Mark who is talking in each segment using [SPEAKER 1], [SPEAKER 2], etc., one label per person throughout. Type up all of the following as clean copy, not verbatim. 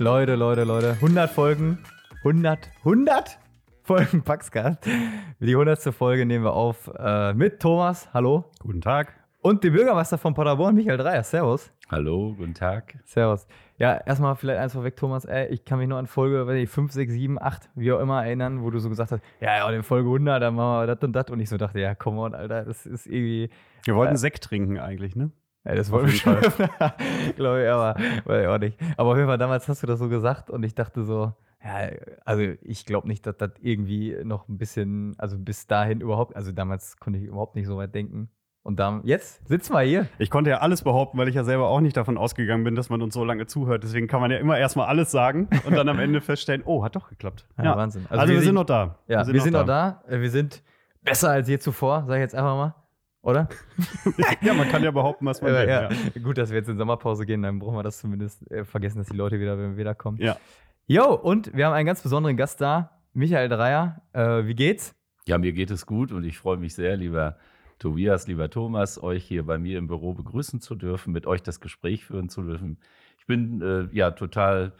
[SPEAKER 1] Leute. 100 Folgen. 100 Folgen Paxcast. Die 100. Folge nehmen wir auf mit Thomas. Hallo.
[SPEAKER 2] Guten Tag.
[SPEAKER 1] Und dem Bürgermeister von Paderborn, Michael Dreier. Servus.
[SPEAKER 3] Hallo, guten Tag.
[SPEAKER 1] Servus. Ja, erstmal vielleicht eins vorweg, Thomas. Ich kann mich nur an Folge 5, 6, 7, 8, wie auch immer erinnern, wo du so gesagt hast, ja, in Folge 100, dann machen wir das und das. Und ich so dachte, ja, come on, Alter, das ist irgendwie...
[SPEAKER 2] Wir wollten Sekt trinken eigentlich, ne?
[SPEAKER 1] Ja, das wollten wir schon. Glaube ich, aber weiß ich auch nicht. Aber auf jeden Fall, damals hast du das so gesagt und ich dachte so, ja, also ich glaube nicht, dass das irgendwie noch ein bisschen, also bis dahin überhaupt, also damals konnte ich überhaupt nicht so weit denken. Und dann, jetzt sitzen wir hier.
[SPEAKER 2] Ich konnte ja alles behaupten, weil ich ja selber auch nicht davon ausgegangen bin, dass man uns so lange zuhört. Deswegen kann man ja immer erstmal alles sagen und dann am Ende feststellen, oh, hat doch geklappt.
[SPEAKER 1] Ja, Wahnsinn.
[SPEAKER 2] Also wir sind noch da.
[SPEAKER 1] Ja, wir sind noch da. Wir sind besser als je zuvor, sag ich jetzt einfach mal. Oder?
[SPEAKER 2] Ja, man kann ja behaupten, was man will.
[SPEAKER 1] Ja. Gut, dass wir jetzt in Sommerpause gehen, dann brauchen wir das zumindest vergessen, dass die Leute wieder, wenn wir wiederkommen.
[SPEAKER 2] Ja.
[SPEAKER 1] Jo, und wir haben einen ganz besonderen Gast da, Michael Dreier. Wie geht's?
[SPEAKER 3] Ja, mir geht es gut und ich freue mich sehr, lieber Tobias, lieber Thomas, euch hier bei mir im Büro begrüßen zu dürfen, mit euch das Gespräch führen zu dürfen. Ich bin finde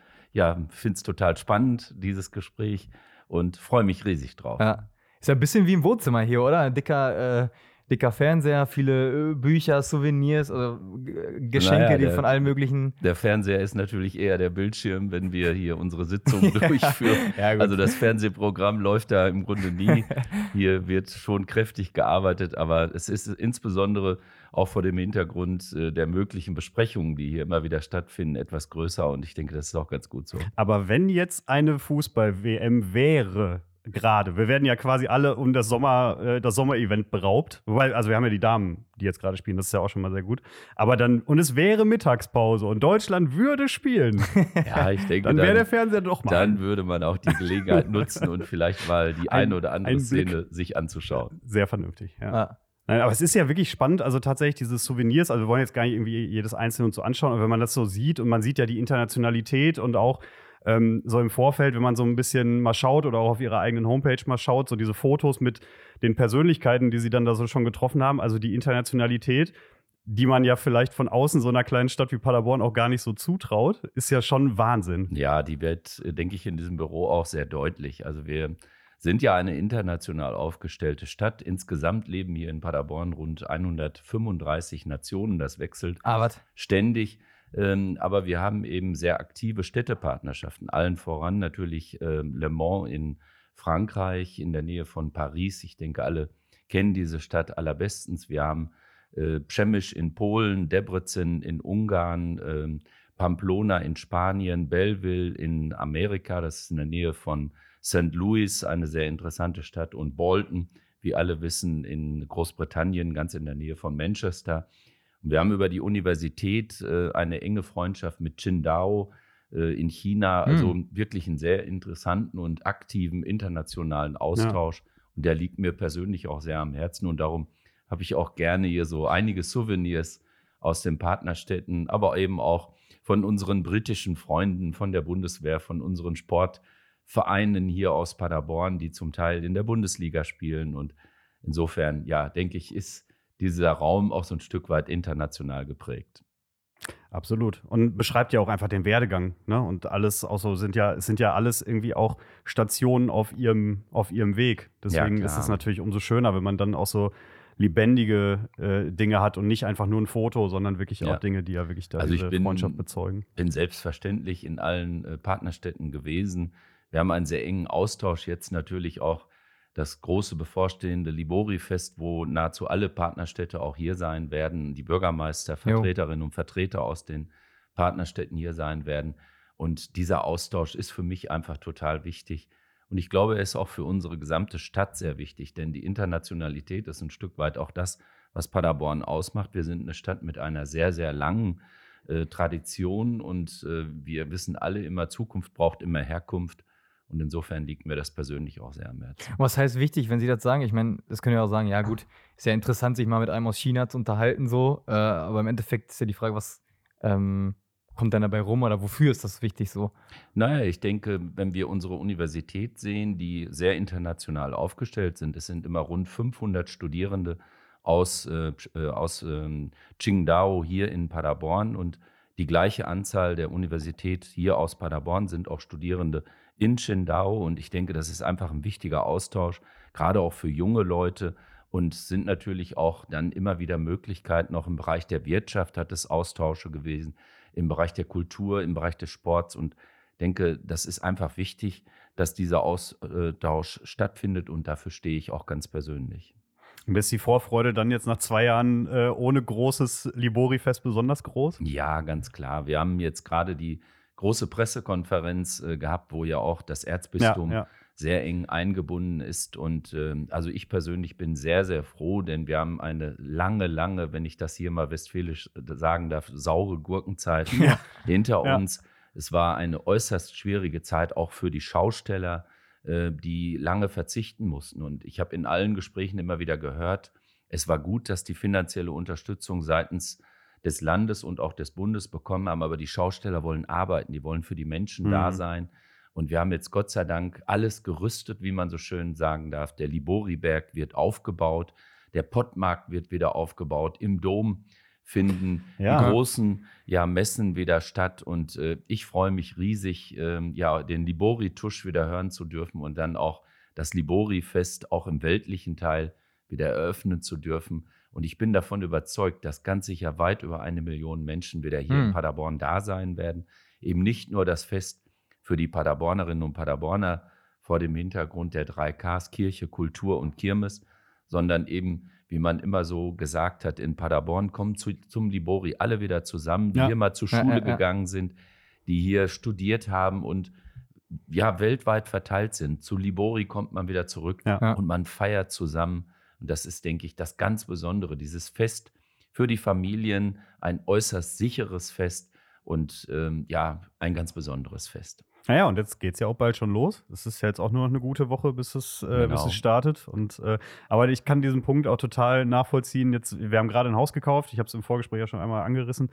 [SPEAKER 3] es total spannend, dieses Gespräch, und freue mich riesig drauf.
[SPEAKER 1] Ja. Ist ja ein bisschen wie im Wohnzimmer hier, oder? Ein dicker Fernseher, viele Bücher, Souvenirs, also Geschenke, die von allen möglichen...
[SPEAKER 3] Der Fernseher ist natürlich eher der Bildschirm, wenn wir hier unsere Sitzung durchführen.
[SPEAKER 1] Ja,
[SPEAKER 3] also das Fernsehprogramm läuft da im Grunde nie. Hier wird schon kräftig gearbeitet, aber es ist insbesondere auch vor dem Hintergrund der möglichen Besprechungen, die hier immer wieder stattfinden, etwas größer, und ich denke, das ist auch ganz gut so.
[SPEAKER 2] Aber wenn jetzt eine Fußball-WM wäre, gerade. Wir werden ja quasi alle um das Sommerevent beraubt. Wobei, also wir haben ja die Damen, die jetzt gerade spielen, das ist ja auch schon mal sehr gut. Aber und es wäre Mittagspause und Deutschland würde spielen.
[SPEAKER 3] Ja, ich denke,
[SPEAKER 2] dann wäre der Fernseher doch mal.
[SPEAKER 3] Dann würde man auch die Gelegenheit nutzen und vielleicht mal die eine oder andere Szene sich anzuschauen.
[SPEAKER 2] Sehr vernünftig, ja.
[SPEAKER 1] Ah.
[SPEAKER 2] Nein, aber es ist ja wirklich spannend, also tatsächlich diese Souvenirs, also wir wollen jetzt gar nicht irgendwie jedes Einzelne uns so anschauen, aber wenn man das so sieht und man sieht ja die Internationalität und auch so im Vorfeld, wenn man so ein bisschen mal schaut oder auch auf ihrer eigenen Homepage mal schaut, so diese Fotos mit den Persönlichkeiten, die sie dann da so schon getroffen haben, also die Internationalität, die man ja vielleicht von außen so einer kleinen Stadt wie Paderborn auch gar nicht so zutraut, ist ja schon Wahnsinn.
[SPEAKER 3] Ja, die wird, denke ich, in diesem Büro auch sehr deutlich. Also wir sind ja eine international aufgestellte Stadt. Insgesamt leben hier in Paderborn rund 135 Nationen. Das wechselt ständig. Aber wir haben eben sehr aktive Städtepartnerschaften. Allen voran natürlich Le Mans in Frankreich, in der Nähe von Paris. Ich denke, alle kennen diese Stadt allerbestens. Wir haben Przemyśl in Polen, Debrecen in Ungarn, Pamplona in Spanien, Belleville in Amerika, das ist in der Nähe von St. Louis, eine sehr interessante Stadt, und Bolton, wie alle wissen, in Großbritannien, ganz in der Nähe von Manchester. Und wir haben über die Universität eine enge Freundschaft mit Qingdao in China, also wirklich einen sehr interessanten und aktiven internationalen Austausch. Ja. Und der liegt mir persönlich auch sehr am Herzen, und darum habe ich auch gerne hier so einige Souvenirs aus den Partnerstädten, aber eben auch von unseren britischen Freunden, von der Bundeswehr, von unseren Sportvereinen hier aus Paderborn, die zum Teil in der Bundesliga spielen. Und insofern, ja, denke ich, ist dieser Raum auch so ein Stück weit international geprägt.
[SPEAKER 2] Absolut. Und beschreibt ja auch einfach den Werdegang, ne? Und alles auch so sind ja alles irgendwie auch Stationen auf ihrem Weg. Deswegen ist es natürlich umso schöner, wenn man dann auch so lebendige Dinge hat und nicht einfach nur ein Foto, sondern wirklich auch Dinge, die ja wirklich da diese Freundschaft bezeugen.
[SPEAKER 3] Ich bin selbstverständlich in allen Partnerstädten gewesen. Wir haben einen sehr engen Austausch, jetzt natürlich auch das große bevorstehende Libori-Fest, wo nahezu alle Partnerstädte auch hier sein werden, die Bürgermeister, Vertreterinnen und Vertreter aus den Partnerstädten hier sein werden. Und dieser Austausch ist für mich einfach total wichtig. Und ich glaube, er ist auch für unsere gesamte Stadt sehr wichtig, denn die Internationalität ist ein Stück weit auch das, was Paderborn ausmacht. Wir sind eine Stadt mit einer sehr, sehr langen Tradition, und wir wissen alle immer, Zukunft braucht immer Herkunft. Und insofern liegt mir das persönlich auch sehr am Herzen.
[SPEAKER 1] Was heißt wichtig, wenn Sie das sagen? Ich meine, das können wir auch sagen, ja gut, ist ja interessant, sich mal mit einem aus China zu unterhalten, so. Aber im Endeffekt ist ja die Frage, was kommt dann dabei rum oder wofür ist das wichtig so?
[SPEAKER 3] Naja, ich denke, wenn wir unsere Universität sehen, die sehr international aufgestellt sind, es sind immer rund 500 Studierende aus Qingdao hier in Paderborn, und Die gleiche Anzahl der Universität hier aus Paderborn sind auch Studierende in Qingdao. Und ich denke, das ist einfach ein wichtiger Austausch, gerade auch für junge Leute. Und es sind natürlich auch dann immer wieder Möglichkeiten, auch im Bereich der Wirtschaft hat es Austausche gewesen, im Bereich der Kultur, im Bereich des Sports. Und ich denke, das ist einfach wichtig, dass dieser Austausch stattfindet. Und dafür stehe ich auch ganz persönlich.
[SPEAKER 2] Und ist die Vorfreude dann jetzt nach 2 Jahren ohne großes Libori-Fest besonders groß?
[SPEAKER 3] Ja, ganz klar. Wir haben jetzt gerade die große Pressekonferenz gehabt, wo ja auch das Erzbistum sehr eng eingebunden ist. Und also ich persönlich bin sehr, sehr froh, denn wir haben eine lange, wenn ich das hier mal westfälisch sagen darf, saure Gurkenzeit hinter uns. Es war eine äußerst schwierige Zeit, auch für die Schausteller, die lange verzichten mussten. Und ich habe in allen Gesprächen immer wieder gehört, es war gut, dass die finanzielle Unterstützung seitens des Landes und auch des Bundes bekommen haben, aber die Schausteller wollen arbeiten, die wollen für die Menschen da sein. Und wir haben jetzt Gott sei Dank alles gerüstet, wie man so schön sagen darf. Der Liboriberg wird aufgebaut, der Pottmarkt wird wieder aufgebaut, im Dom finden die großen Messen wieder statt. Und ich freue mich riesig, den Libori-Tusch wieder hören zu dürfen und dann auch das Libori-Fest auch im weltlichen Teil wieder eröffnen zu dürfen. Und ich bin davon überzeugt, dass ganz sicher weit über 1 Million Menschen wieder hier in Paderborn da sein werden. Eben nicht nur das Fest für die Paderbornerinnen und Paderborner vor dem Hintergrund der 3 Ks, Kirche, Kultur und Kirmes, sondern eben, wie man immer so gesagt hat, in Paderborn kommen zum Libori alle wieder zusammen, die hier mal zur Schule gegangen sind, die hier studiert haben und weltweit verteilt sind. Zu Libori kommt man wieder zurück und man feiert zusammen. Und das ist, denke ich, das ganz Besondere, dieses Fest für die Familien, ein äußerst sicheres Fest und ein ganz besonderes Fest.
[SPEAKER 2] Naja, und jetzt geht es ja auch bald schon los. Es ist ja jetzt auch nur noch eine gute Woche, bis es startet. Aber ich kann diesen Punkt auch total nachvollziehen. Wir haben gerade ein Haus gekauft. Ich habe es im Vorgespräch ja schon einmal angerissen.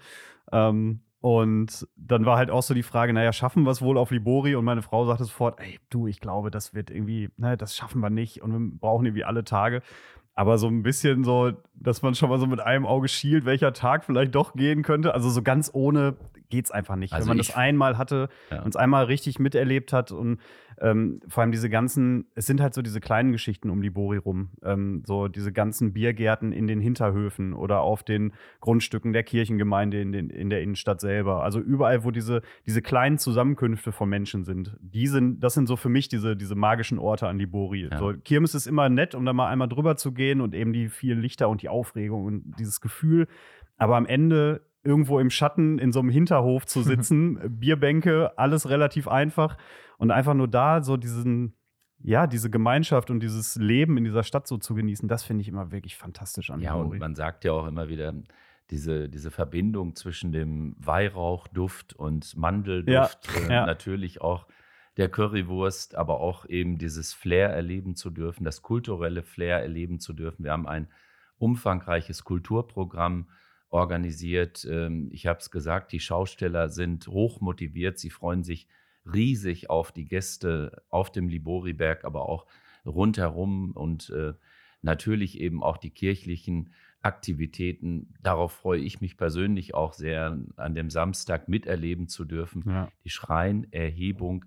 [SPEAKER 2] Und dann war halt auch so die Frage, naja, schaffen wir es wohl auf Libori? Und meine Frau sagte sofort, ey, du, ich glaube, das wird irgendwie, das schaffen wir nicht. Und wir brauchen irgendwie alle Tage. Aber so ein bisschen so, dass man schon mal so mit einem Auge schielt, welcher Tag vielleicht doch gehen könnte. Also so ganz ohne geht's einfach nicht. Also wenn man das einmal hatte und es einmal richtig miterlebt hat und vor allem diese ganzen, es sind halt so diese kleinen Geschichten um Libori rum. So diese ganzen Biergärten in den Hinterhöfen oder auf den Grundstücken der Kirchengemeinde in der Innenstadt selber. Also überall, wo diese kleinen Zusammenkünfte von Menschen sind. Das sind so für mich diese magischen Orte an Libori. So, Kirmes ist immer nett, um da mal einmal drüber zu gehen und eben die vielen Lichter und die Aufregung und dieses Gefühl. Aber am Ende irgendwo im Schatten in so einem Hinterhof zu sitzen, Bierbänke, alles relativ einfach und einfach nur da so diese Gemeinschaft und dieses Leben in dieser Stadt so zu genießen, das finde ich immer wirklich fantastisch an Libori.
[SPEAKER 3] Ja, und man sagt ja auch immer wieder, diese Verbindung zwischen dem Weihrauchduft und Mandelduft, natürlich auch der Currywurst, aber auch eben dieses Flair erleben zu dürfen, das kulturelle Flair erleben zu dürfen. Wir haben ein umfangreiches Kulturprogramm organisiert. Ich habe es gesagt, die Schausteller sind hoch motiviert. Sie freuen sich riesig auf die Gäste auf dem Liboriberg, aber auch rundherum und natürlich eben auch die kirchlichen Aktivitäten. Darauf freue ich mich persönlich auch sehr, an dem Samstag miterleben zu dürfen. Ja. Die Schreinerhebung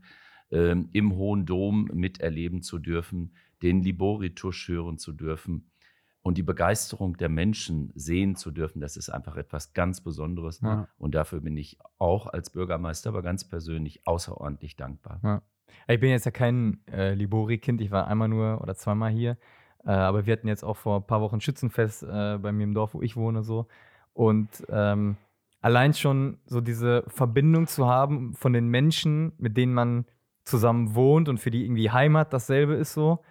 [SPEAKER 3] im Hohen Dom miterleben zu dürfen, den Libori-Tusch hören zu dürfen. Und die Begeisterung der Menschen sehen zu dürfen, das ist einfach etwas ganz Besonderes. Ja. Und dafür bin ich auch als Bürgermeister, aber ganz persönlich außerordentlich dankbar.
[SPEAKER 1] Ja. Ich bin jetzt ja kein Libori-Kind, ich war einmal nur oder zweimal hier. Aber wir hatten jetzt auch vor ein paar Wochen Schützenfest bei mir im Dorf, wo ich wohne. So. Und allein schon so diese Verbindung zu haben von den Menschen, mit denen man zusammen wohnt und für die irgendwie Heimat dasselbe ist so.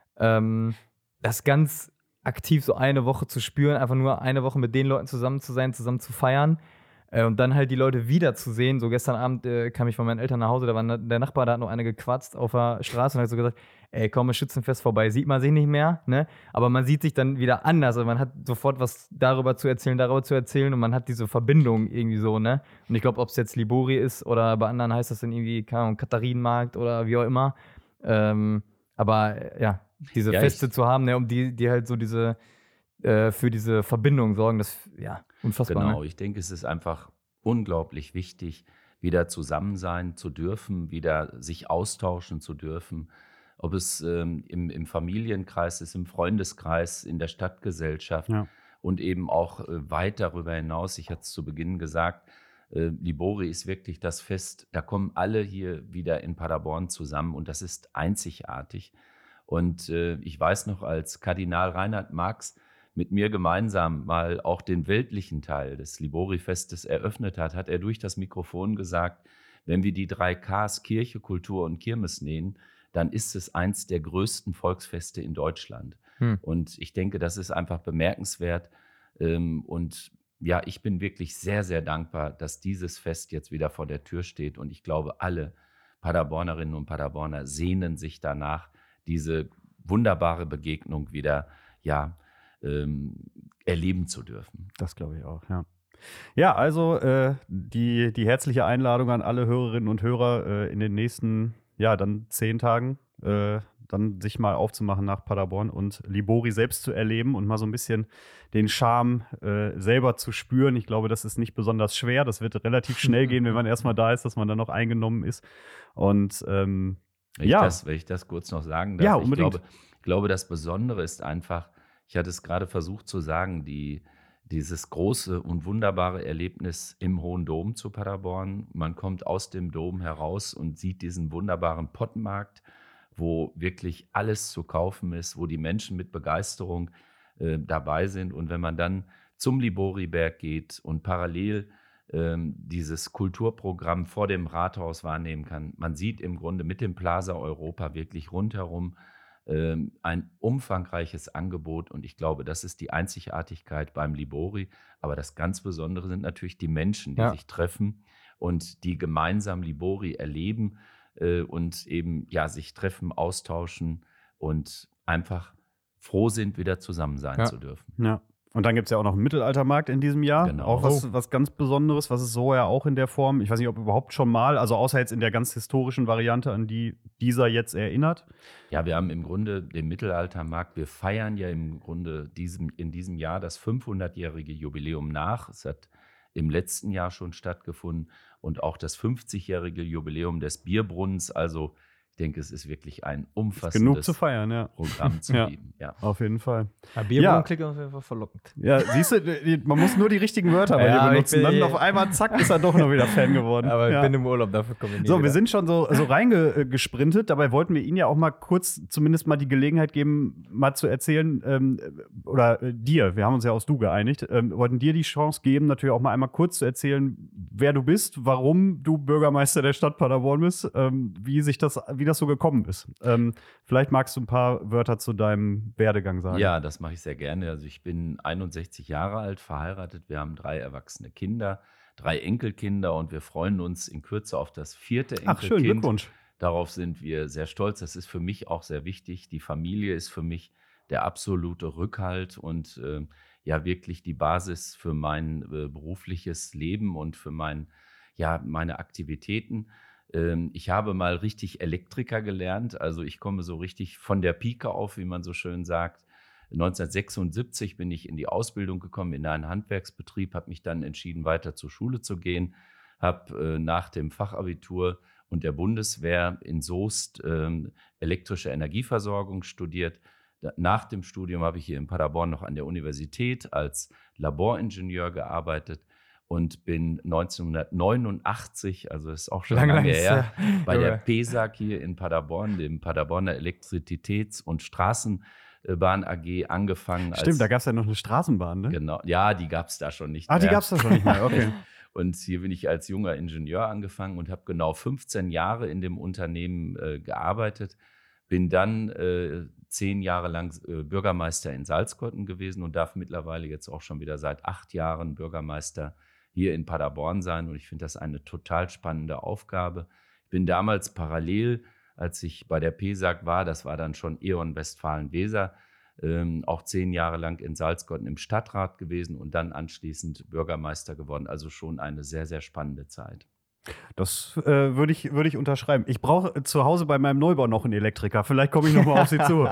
[SPEAKER 1] Das ganz aktiv so eine Woche zu spüren, einfach nur eine Woche mit den Leuten zusammen zu sein, zusammen zu feiern und dann halt die Leute wiederzusehen. So gestern Abend kam ich von meinen Eltern nach Hause, da war der Nachbar, da hat noch eine gequatzt auf der Straße und hat so gesagt, ey, komm, Schützenfest vorbei, sieht man sich nicht mehr, ne? Aber man sieht sich dann wieder anders, also man hat sofort was darüber zu erzählen und man hat diese Verbindung irgendwie so, ne? Und ich glaube, ob es jetzt Libori ist oder bei anderen heißt das dann irgendwie, keine Ahnung, Katharinenmarkt oder wie auch immer, aber ja, diese Feste zu haben, ne, um die halt so diese für diese Verbindung sorgen, das unfassbar.
[SPEAKER 3] Genau,
[SPEAKER 1] ne?
[SPEAKER 3] Ich denke, es ist einfach unglaublich wichtig, wieder zusammen sein zu dürfen, wieder sich austauschen zu dürfen. Ob es im Familienkreis ist, im Freundeskreis, in der Stadtgesellschaft
[SPEAKER 2] Ja.
[SPEAKER 3] und eben auch weit darüber hinaus. Ich hatte es zu Beginn gesagt, Libori ist wirklich das Fest, da kommen alle hier wieder in Paderborn zusammen und das ist einzigartig. Und ich weiß noch, als Kardinal Reinhard Marx mit mir gemeinsam mal auch den weltlichen Teil des Libori-Festes eröffnet hat, hat er durch das Mikrofon gesagt, wenn wir die 3 Ks, Kirche, Kultur und Kirmes nehmen, dann ist es eins der größten Volksfeste in Deutschland. Und ich denke, das ist einfach bemerkenswert. Und ja, ich bin wirklich sehr, sehr dankbar, dass dieses Fest jetzt wieder vor der Tür steht. Und ich glaube, alle Paderbornerinnen und Paderborner sehnen sich danach, diese wunderbare Begegnung wieder, erleben zu dürfen.
[SPEAKER 2] Das glaube ich auch, ja. Ja, also die herzliche Einladung an alle Hörerinnen und Hörer in den nächsten, dann 10 Tagen, dann sich mal aufzumachen nach Paderborn und Libori selbst zu erleben und mal so ein bisschen den Charme selber zu spüren. Ich glaube, das ist nicht besonders schwer. Das wird relativ schnell gehen, wenn man erstmal da ist, dass man dann noch eingenommen ist. Und
[SPEAKER 3] Wenn ich das kurz noch sagen darf,
[SPEAKER 2] Ja, unbedingt.
[SPEAKER 3] Ich glaube, das Besondere ist einfach, ich hatte es gerade versucht zu sagen, dieses große und wunderbare Erlebnis im Hohen Dom zu Paderborn. Man kommt aus dem Dom heraus und sieht diesen wunderbaren Pottenmarkt, wo wirklich alles zu kaufen ist, wo die Menschen mit Begeisterung dabei sind. Und wenn man dann zum Liboriberg geht und parallel dieses Kulturprogramm vor dem Rathaus wahrnehmen kann, man sieht im Grunde mit dem Plaza Europa wirklich rundherum ein umfangreiches Angebot und ich glaube, das ist die Einzigartigkeit beim Libori. Aber das ganz Besondere sind natürlich die Menschen, die sich treffen und die gemeinsam Libori erleben und eben sich treffen, austauschen und einfach froh sind, wieder zusammen sein zu dürfen.
[SPEAKER 2] Ja. Und dann gibt es ja auch noch einen Mittelaltermarkt in diesem Jahr.
[SPEAKER 3] Genau.
[SPEAKER 2] Auch was ganz Besonderes, was es so ja auch in der Form, ich weiß nicht, ob überhaupt schon mal, also außer jetzt in der ganz historischen Variante, an die dieser jetzt erinnert.
[SPEAKER 3] Ja, wir haben im Grunde den Mittelaltermarkt. Wir feiern ja im Grunde in diesem Jahr das 500-jährige Jubiläum nach. Es hat im letzten Jahr schon stattgefunden und auch das 50-jährige Jubiläum des Bierbrunnens. Also ich denke, es ist wirklich ein umfassendes
[SPEAKER 2] Genug zu feiern,
[SPEAKER 3] Programm zu geben. Ja.
[SPEAKER 2] Auf jeden Fall.
[SPEAKER 1] Bierbrunnen klingt auf jeden Fall verlockend.
[SPEAKER 2] Ja, siehst du, man muss nur die richtigen Wörter bei dir benutzen. Dann auf einmal, zack, ist er doch noch wieder Fan geworden.
[SPEAKER 1] Aber ich bin im Urlaub, dafür komme ich nie
[SPEAKER 2] So,
[SPEAKER 1] wieder.
[SPEAKER 2] wir sind schon so reingesprintet. Dabei wollten wir Ihnen ja auch mal kurz zumindest mal die Gelegenheit geben, mal zu erzählen, dir, wir haben uns ja aus Du geeinigt, wollten dir die Chance geben, natürlich auch mal einmal kurz zu erzählen, wer du bist, warum du Bürgermeister der Stadt Paderborn bist, wie das so gekommen ist. Vielleicht magst du ein paar Wörter zu deinem Werdegang sagen.
[SPEAKER 3] Ja, das mache ich sehr gerne. Also ich bin 61 Jahre alt, verheiratet. Wir haben 3 erwachsene Kinder, 3 Enkelkinder und wir freuen uns in Kürze auf das 4. Enkelkind.
[SPEAKER 2] Ach, schön, Glückwunsch.
[SPEAKER 3] Darauf sind wir sehr stolz. Das ist für mich auch sehr wichtig. Die Familie ist für mich der absolute Rückhalt und wirklich die Basis für mein berufliches Leben und für meine Aktivitäten. Ich habe mal richtig Elektriker gelernt. Also ich komme so richtig von der Pike auf, wie man so schön sagt. 1976 bin ich in die Ausbildung gekommen, in einen Handwerksbetrieb, habe mich dann entschieden, weiter zur Schule zu gehen, habe nach dem Fachabitur und der Bundeswehr in Soest elektrische Energieversorgung studiert. Nach dem Studium habe ich hier in Paderborn noch an der Universität als Laboringenieur gearbeitet und bin 1989, also ist auch schon lange her, bei der PESAG hier in Paderborn, dem Paderborner Elektrizitäts- und Straßenbahn AG, angefangen.
[SPEAKER 2] Stimmt, da gab es ja noch eine Straßenbahn, ne?
[SPEAKER 3] Genau, ja, die gab es da schon nicht mehr.
[SPEAKER 2] Die gab es da schon nicht mehr, okay.
[SPEAKER 3] Und hier bin ich als junger Ingenieur angefangen und habe genau 15 Jahre in dem Unternehmen gearbeitet. Bin dann 10 Jahre lang Bürgermeister in Salzkotten gewesen und darf mittlerweile jetzt auch schon wieder seit 8 Jahren Bürgermeister hier in Paderborn sein. Und ich finde das eine total spannende Aufgabe. Ich bin damals parallel, als ich bei der PESAG war, das war dann schon E.ON Westfalen-Weser, auch 10 Jahre lang in Salzkotten im Stadtrat gewesen und dann anschließend Bürgermeister geworden. Also schon eine sehr, sehr spannende Zeit.
[SPEAKER 2] Das würde ich unterschreiben. Ich brauche zu Hause bei meinem Neubau noch einen Elektriker. Vielleicht komme ich noch mal auf Sie zu.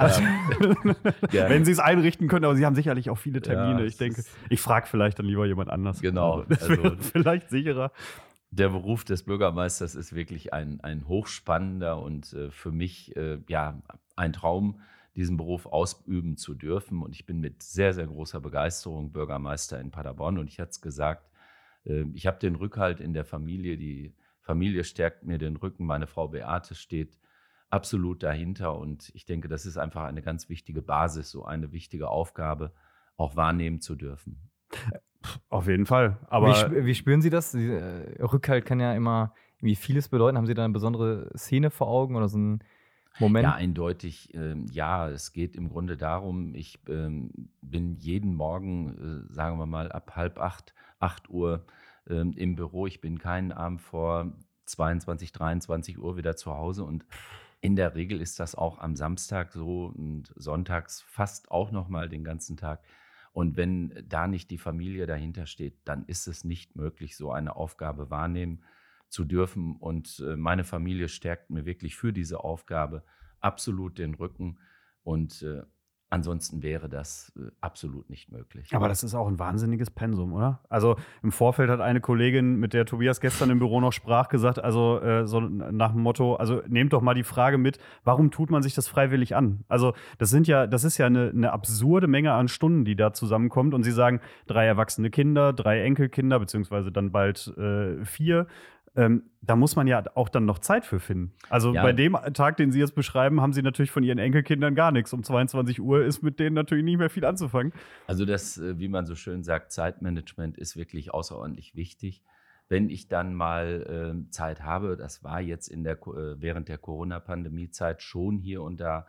[SPEAKER 2] Wenn Sie es einrichten können, aber Sie haben sicherlich auch viele Termine.
[SPEAKER 3] Ja,
[SPEAKER 2] ich denke, ich frage vielleicht dann lieber jemand anders.
[SPEAKER 3] Genau.
[SPEAKER 2] Also, das wäre vielleicht sicherer.
[SPEAKER 3] Der Beruf des Bürgermeisters ist wirklich ein hochspannender und für mich ein Traum, diesen Beruf ausüben zu dürfen. Und ich bin mit sehr, sehr großer Begeisterung Bürgermeister in Paderborn. Und ich hatte es gesagt, ich habe den Rückhalt in der Familie. Die Familie stärkt mir den Rücken. Meine Frau Beate steht absolut dahinter. Und ich denke, das ist einfach eine ganz wichtige Basis, so eine wichtige Aufgabe auch wahrnehmen zu dürfen.
[SPEAKER 2] Auf jeden Fall. Aber
[SPEAKER 1] Wie spüren Sie das? Rückhalt kann ja immer irgendwie vieles bedeuten. Haben Sie da eine besondere Szene vor Augen oder so einen Moment?
[SPEAKER 3] Ja, eindeutig. Ja, es geht im Grunde darum, ich bin jeden Morgen, sagen wir mal, ab 7:30, 8 Uhr im Büro. Ich bin keinen Abend vor 22, 23 Uhr wieder zu Hause. Und in der Regel ist das auch am Samstag so und sonntags fast auch noch mal den ganzen Tag. Und wenn da nicht die Familie dahinter steht, dann ist es nicht möglich, so eine Aufgabe wahrnehmen zu dürfen. Und meine Familie stärkt mir wirklich für diese Aufgabe absolut den Rücken. Und ansonsten wäre das absolut nicht möglich.
[SPEAKER 2] Aber das ist auch ein wahnsinniges Pensum, oder? Also im Vorfeld hat eine Kollegin, mit der Tobias gestern im Büro noch sprach, gesagt, also so nach dem Motto, also nehmt doch mal die Frage mit, warum tut man sich das freiwillig an? Also das ist ja eine absurde Menge an Stunden, die da zusammenkommt. Und Sie sagen, 3 erwachsene Kinder, 3 Enkelkinder, beziehungsweise dann bald 4. Da muss man ja auch dann noch Zeit für finden. Also
[SPEAKER 3] Ja.
[SPEAKER 2] bei dem Tag, den Sie jetzt beschreiben, haben Sie natürlich von Ihren Enkelkindern gar nichts. Um 22 Uhr ist mit denen natürlich nicht mehr viel anzufangen.
[SPEAKER 3] Also das, wie man so schön sagt, Zeitmanagement ist wirklich außerordentlich wichtig. Wenn ich dann mal Zeit habe, das war jetzt während der Corona-Pandemie-Zeit schon hier und da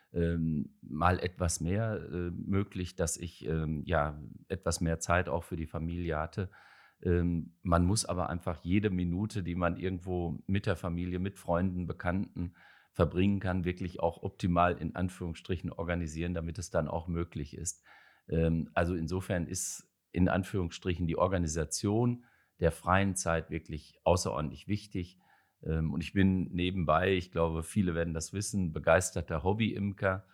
[SPEAKER 3] mal etwas mehr möglich, dass ich etwas mehr Zeit auch für die Familie hatte. Man muss aber einfach jede Minute, die man irgendwo mit der Familie, mit Freunden, Bekannten verbringen kann, wirklich auch optimal in Anführungsstrichen organisieren, damit es dann auch möglich ist. Also insofern ist in Anführungsstrichen die Organisation der freien Zeit wirklich außerordentlich wichtig. Und ich bin nebenbei, ich glaube, viele werden das wissen, begeisterter Hobby-Imker.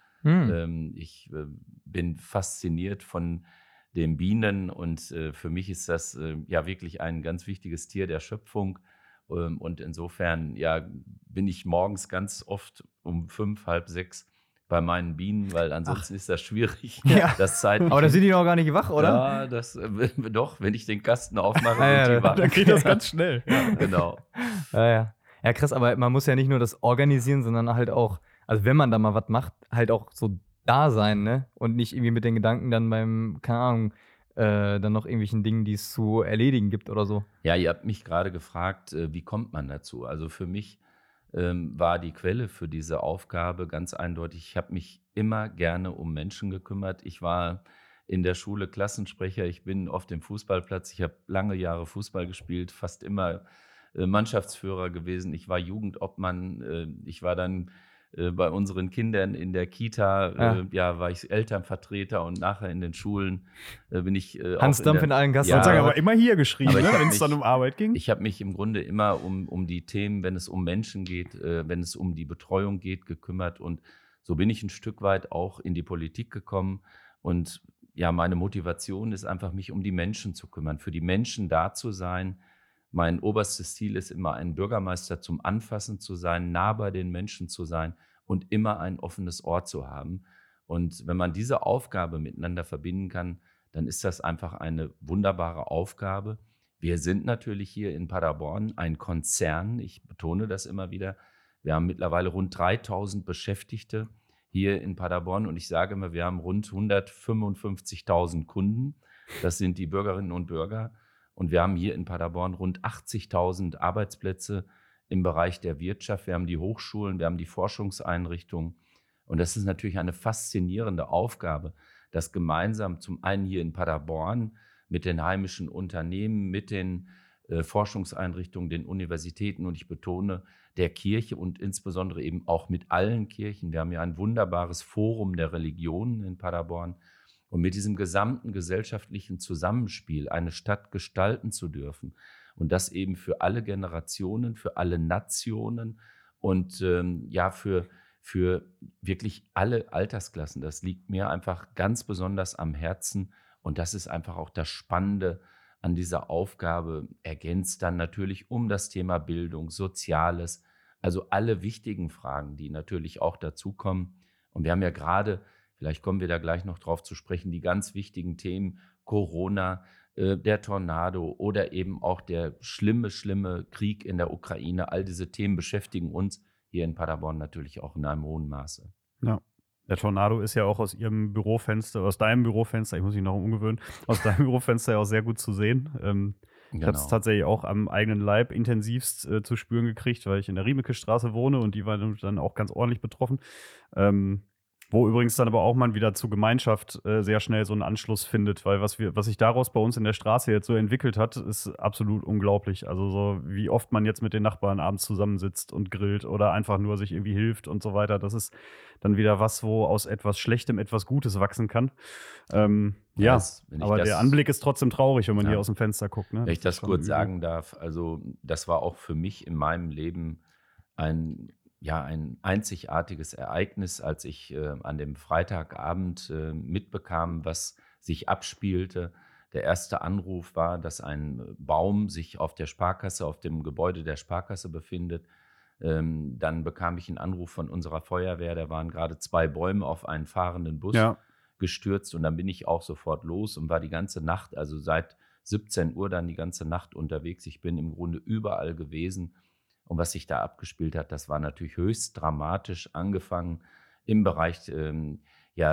[SPEAKER 3] Ich bin fasziniert von den Bienen und für mich ist das wirklich ein ganz wichtiges Tier der Schöpfung. Und insofern bin ich morgens ganz oft um 5, halb 6 bei meinen Bienen, weil ansonsten ist das schwierig,
[SPEAKER 1] Ja.
[SPEAKER 3] das zeitlich.
[SPEAKER 1] Aber da sind die noch gar nicht wach, oder?
[SPEAKER 3] Ja, das doch, wenn ich den Kasten aufmache,
[SPEAKER 1] Ja,
[SPEAKER 3] sind die wach.
[SPEAKER 2] Dann geht das ganz schnell.
[SPEAKER 3] Ja, genau.
[SPEAKER 1] Ja. Ja, krass, aber man muss ja nicht nur das organisieren, sondern halt auch, also wenn man da mal was macht, halt auch so da sein, ne? Und nicht irgendwie mit den Gedanken dann beim, keine Ahnung, dann noch irgendwelchen Dingen, die es zu erledigen gibt oder so.
[SPEAKER 3] Ja, ihr habt mich gerade gefragt, wie kommt man dazu? Also für mich war die Quelle für diese Aufgabe ganz eindeutig. Ich habe mich immer gerne um Menschen gekümmert. Ich war in der Schule Klassensprecher, ich bin auf dem Fußballplatz, ich habe lange Jahre Fußball gespielt, fast immer Mannschaftsführer gewesen. Ich war Jugendobmann, ich war dann bei unseren Kindern in der Kita, war ich Elternvertreter und nachher in den Schulen bin ich
[SPEAKER 1] Hans Dampf in allen Gassen.
[SPEAKER 2] Ich sage aber immer hier geschrieben,
[SPEAKER 3] Aber ich
[SPEAKER 2] ne,
[SPEAKER 3] hab
[SPEAKER 2] wenn es dann um Arbeit ging.
[SPEAKER 3] Ich habe mich im Grunde immer um die Themen, wenn es um Menschen geht, wenn es um die Betreuung geht, gekümmert. Und so bin ich ein Stück weit auch in die Politik gekommen. Und ja, meine Motivation ist einfach, mich um die Menschen zu kümmern, für die Menschen da zu sein. Mein oberstes Ziel ist immer, ein Bürgermeister zum Anfassen zu sein, nah bei den Menschen zu sein und immer ein offenes Ohr zu haben. Und wenn man diese Aufgabe miteinander verbinden kann, dann ist das einfach eine wunderbare Aufgabe. Wir sind natürlich hier in Paderborn ein Konzern, ich betone das immer wieder. Wir haben mittlerweile rund 3.000 Beschäftigte hier in Paderborn und ich sage immer, wir haben rund 155.000 Kunden. Das sind die Bürgerinnen und Bürger. Und wir haben hier in Paderborn rund 80.000 Arbeitsplätze im Bereich der Wirtschaft. Wir haben die Hochschulen, wir haben die Forschungseinrichtungen. Und das ist natürlich eine faszinierende Aufgabe, das gemeinsam zum einen hier in Paderborn mit den heimischen Unternehmen, mit den Forschungseinrichtungen, den Universitäten und ich betone der Kirche und insbesondere eben auch mit allen Kirchen. Wir haben ja ein wunderbares Forum der Religionen in Paderborn. Und mit diesem gesamten gesellschaftlichen Zusammenspiel eine Stadt gestalten zu dürfen und das eben für alle Generationen, für alle Nationen und für wirklich alle Altersklassen. Das liegt mir einfach ganz besonders am Herzen und das ist einfach auch das Spannende an dieser Aufgabe, ergänzt dann natürlich um das Thema Bildung, Soziales, also alle wichtigen Fragen, die natürlich auch dazukommen. Und wir haben ja gerade, vielleicht kommen wir da gleich noch drauf zu sprechen, die ganz wichtigen Themen Corona, der Tornado oder eben auch der schlimme Krieg in der Ukraine. All diese Themen beschäftigen uns hier in Paderborn natürlich auch in einem hohen Maße.
[SPEAKER 2] Ja. Der Tornado ist ja auch aus deinem Bürofenster, ich muss mich noch umgewöhnen, aus deinem Bürofenster ja auch sehr gut zu sehen. Ich habe es tatsächlich auch am eigenen Leib intensivst zu spüren gekriegt, weil ich in der Riemeke-Straße wohne und die war dann auch ganz ordentlich betroffen. Wo übrigens dann aber auch man wieder zu Gemeinschaft sehr schnell so einen Anschluss findet, weil was sich daraus bei uns in der Straße jetzt so entwickelt hat, ist absolut unglaublich. Also so wie oft man jetzt mit den Nachbarn abends zusammensitzt und grillt oder einfach nur sich irgendwie hilft und so weiter. Das ist dann wieder was, wo aus etwas Schlechtem etwas Gutes wachsen kann. Aber der Anblick ist trotzdem traurig, wenn man hier aus dem Fenster guckt. Ne?
[SPEAKER 3] Wenn ich das kurz sagen darf, also das war auch für mich in meinem Leben ein einzigartiges Ereignis, als ich an dem Freitagabend mitbekam, was sich abspielte. Der erste Anruf war, dass ein Baum sich auf dem Gebäude der Sparkasse befindet. Dann bekam ich einen Anruf von unserer Feuerwehr, da waren gerade 2 Bäume auf einen fahrenden Bus gestürzt und dann bin ich auch sofort los und war die ganze Nacht, also seit 17 Uhr dann die ganze Nacht unterwegs. Ich bin im Grunde überall gewesen. Und was sich da abgespielt hat, das war natürlich höchst dramatisch, angefangen im Bereich der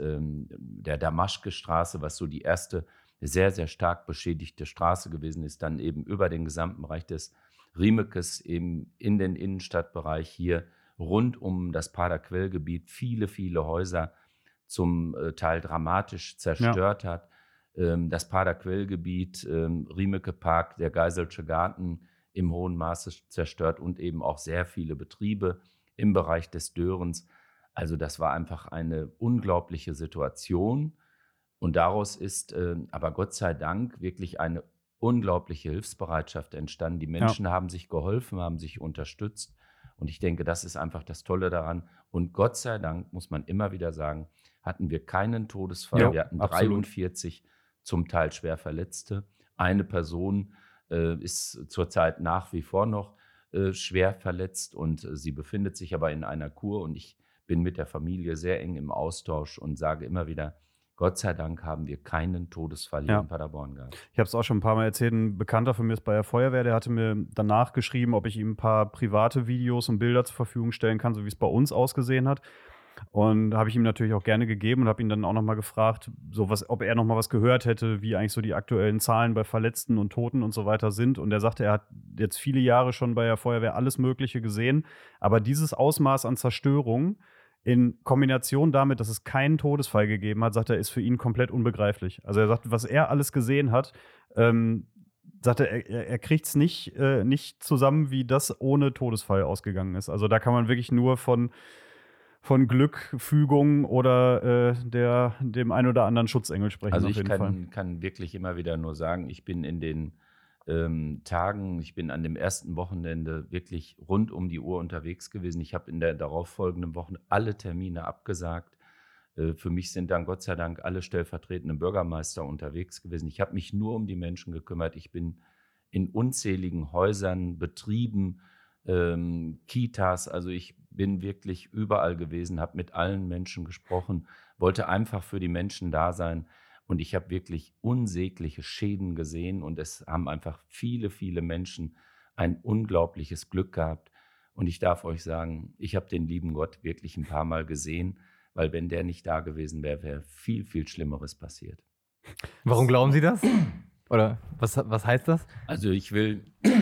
[SPEAKER 3] Damaschke-Straße, was so die erste sehr, sehr stark beschädigte Straße gewesen ist, dann eben über den gesamten Bereich des Riemekes, eben in den Innenstadtbereich hier rund um das Paderquellgebiet viele, viele Häuser zum Teil dramatisch zerstört hat. Das Paderquellgebiet, Riemeke-Park, der Geiselsche Garten, im hohen Maße zerstört und eben auch sehr viele Betriebe im Bereich des Dörens. Also das war einfach eine unglaubliche Situation und daraus ist aber Gott sei Dank wirklich eine unglaubliche Hilfsbereitschaft entstanden. Die Menschen haben sich geholfen, haben sich unterstützt und ich denke, das ist einfach das Tolle daran. Und Gott sei Dank, muss man immer wieder sagen, hatten wir keinen Todesfall. Wir hatten 43 zum Teil schwer Verletzte. Eine Person ist zurzeit nach wie vor noch schwer verletzt und sie befindet sich aber in einer Kur und ich bin mit der Familie sehr eng im Austausch und sage immer wieder, Gott sei Dank haben wir keinen Todesfall hier in Paderborn gehabt.
[SPEAKER 2] Ich habe es auch schon ein paar Mal erzählt, ein Bekannter von mir ist bei der Feuerwehr, der hatte mir danach geschrieben, ob ich ihm ein paar private Videos und Bilder zur Verfügung stellen kann, so wie es bei uns ausgesehen hat. Und habe ich ihm natürlich auch gerne gegeben und habe ihn dann auch nochmal gefragt, ob er nochmal was gehört hätte, wie eigentlich so die aktuellen Zahlen bei Verletzten und Toten und so weiter sind. Und er sagte, er hat jetzt viele Jahre schon bei der Feuerwehr alles Mögliche gesehen, aber dieses Ausmaß an Zerstörung in Kombination damit, dass es keinen Todesfall gegeben hat, sagt er, ist für ihn komplett unbegreiflich. Also er sagt, was er alles gesehen hat, sagt er kriegt es nicht zusammen, wie das ohne Todesfall ausgegangen ist. Also da kann man wirklich nur von Glück, Fügung oder dem ein oder anderen Schutzengel sprechen.
[SPEAKER 3] Also ich kann wirklich immer wieder nur sagen, ich bin in den ich bin an dem ersten Wochenende wirklich rund um die Uhr unterwegs gewesen. Ich habe in der darauffolgenden Woche alle Termine abgesagt. Für mich sind dann Gott sei Dank alle stellvertretenden Bürgermeister unterwegs gewesen. Ich habe mich nur um die Menschen gekümmert. Ich bin in unzähligen Häusern, Betrieben, Kitas, also ich bin wirklich überall gewesen, habe mit allen Menschen gesprochen, wollte einfach für die Menschen da sein und ich habe wirklich unsägliche Schäden gesehen und es haben einfach viele, viele Menschen ein unglaubliches Glück gehabt und ich darf euch sagen, ich habe den lieben Gott wirklich ein paar Mal gesehen, weil wenn der nicht da gewesen wäre, wäre viel, viel Schlimmeres passiert.
[SPEAKER 1] Warum glauben Sie das? Oder was heißt das?
[SPEAKER 3] Also ich will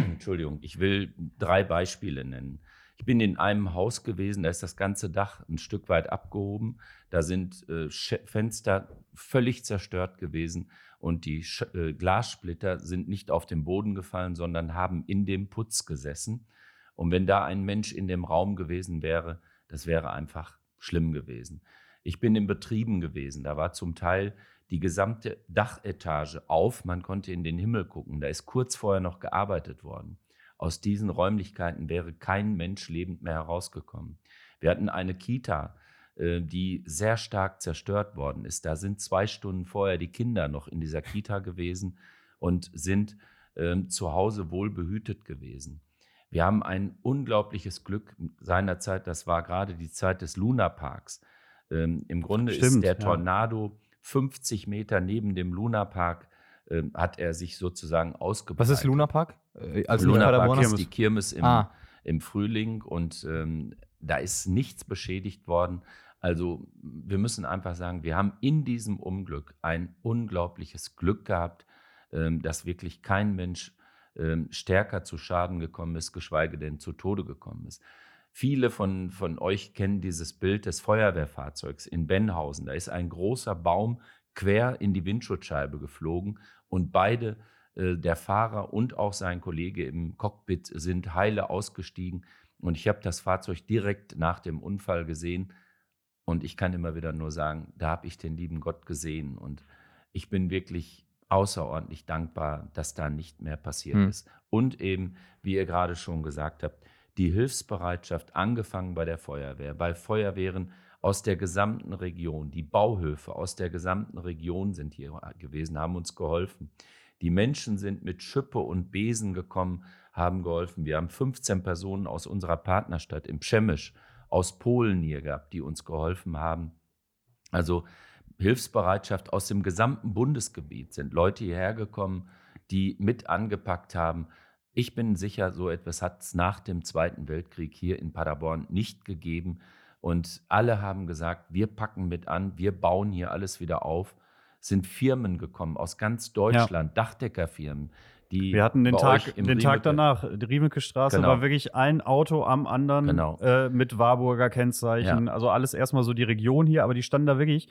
[SPEAKER 3] 3 Beispiele nennen. Ich bin in einem Haus gewesen, da ist das ganze Dach ein Stück weit abgehoben. Da sind Fenster völlig zerstört gewesen und die Glassplitter sind nicht auf den Boden gefallen, sondern haben in dem Putz gesessen. Und wenn da ein Mensch in dem Raum gewesen wäre, das wäre einfach schlimm gewesen. Ich bin in Betrieben gewesen, da war zum Teil die gesamte Dachetage auf, man konnte in den Himmel gucken. Da ist kurz vorher noch gearbeitet worden. Aus diesen Räumlichkeiten wäre kein Mensch lebend mehr herausgekommen. Wir hatten eine Kita, die sehr stark zerstört worden ist. Da sind 2 Stunden vorher die Kinder noch in dieser Kita gewesen und sind zu Hause wohlbehütet gewesen. Wir haben ein unglaubliches Glück seinerzeit, das war gerade die Zeit des Lunaparks. Im Grunde ist der Tornado 50 Meter neben dem Lunapark, hat er sich sozusagen ausgebreitet.
[SPEAKER 1] Was ist Lunapark?
[SPEAKER 3] Lunapark ist die Kirmes im Frühling und da ist nichts beschädigt worden. Also wir müssen einfach sagen, wir haben in diesem Unglück ein unglaubliches Glück gehabt, dass wirklich kein Mensch stärker zu Schaden gekommen ist, geschweige denn zu Tode gekommen ist. Viele von euch kennen dieses Bild des Feuerwehrfahrzeugs in Benhausen. Da ist ein großer Baum quer in die Windschutzscheibe geflogen und beide, der Fahrer und auch sein Kollege im Cockpit, sind heile ausgestiegen. Und ich habe das Fahrzeug direkt nach dem Unfall gesehen und ich kann immer wieder nur sagen, da habe ich den lieben Gott gesehen und ich bin wirklich außerordentlich dankbar, dass da nicht mehr passiert ist. Und eben, wie ihr gerade schon gesagt habt, die Hilfsbereitschaft, angefangen bei der Feuerwehr, bei Feuerwehren aus der gesamten Region, die Bauhöfe aus der gesamten Region sind hier gewesen, haben uns geholfen. Die Menschen sind mit Schippe und Besen gekommen, haben geholfen. Wir haben 15 Personen aus unserer Partnerstadt im Przemyśl, aus Polen hier gehabt, die uns geholfen haben. Also Hilfsbereitschaft aus dem gesamten Bundesgebiet, sind Leute hierher gekommen, die mit angepackt haben. Ich bin sicher, so etwas hat es nach dem Zweiten Weltkrieg hier in Paderborn nicht gegeben. Und alle haben gesagt, wir packen mit an, wir bauen hier alles wieder auf. Es sind Firmen gekommen aus ganz Deutschland, Dachdeckerfirmen.
[SPEAKER 2] Wir hatten den Tag danach, die Riemeke Straße, war wirklich ein Auto am anderen mit Warburger Kennzeichen. Also alles erstmal so die Region hier, aber die standen da wirklich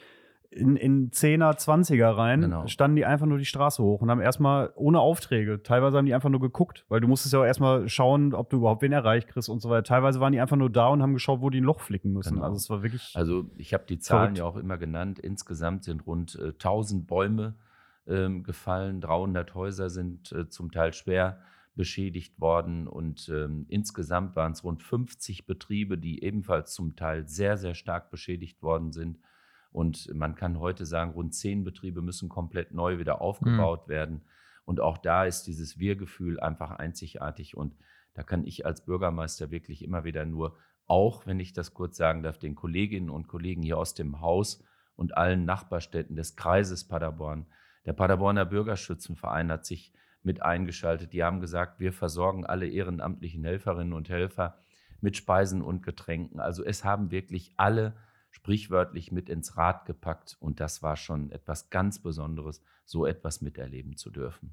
[SPEAKER 2] in 10er, 20er rein, standen die einfach nur die Straße hoch und haben erstmal ohne Aufträge, teilweise haben die einfach nur geguckt, weil du musstest ja auch erstmal schauen, ob du überhaupt wen erreicht kriegst und so weiter. Teilweise waren die einfach nur da und haben geschaut, wo die ein Loch flicken müssen. Also es war wirklich
[SPEAKER 3] ich habe die Zahlen ja auch immer genannt. Insgesamt sind rund 1000 Bäume gefallen, 300 Häuser sind zum Teil schwer beschädigt worden und insgesamt waren es rund 50 Betriebe, die ebenfalls zum Teil sehr, sehr stark beschädigt worden sind. Und man kann heute sagen, rund 10 Betriebe müssen komplett neu wieder aufgebaut werden. Und auch da ist dieses Wir-Gefühl einfach einzigartig. Und da kann ich als Bürgermeister wirklich immer wieder nur, auch wenn ich das kurz sagen darf, den Kolleginnen und Kollegen hier aus dem Haus und allen Nachbarstädten des Kreises Paderborn, der Paderborner Bürgerschützenverein hat sich mit eingeschaltet. Die haben gesagt, wir versorgen alle ehrenamtlichen Helferinnen und Helfer mit Speisen und Getränken. Also es haben wirklich alle sprichwörtlich mit ins Rad gepackt. Und das war schon etwas ganz Besonderes, so etwas miterleben zu dürfen.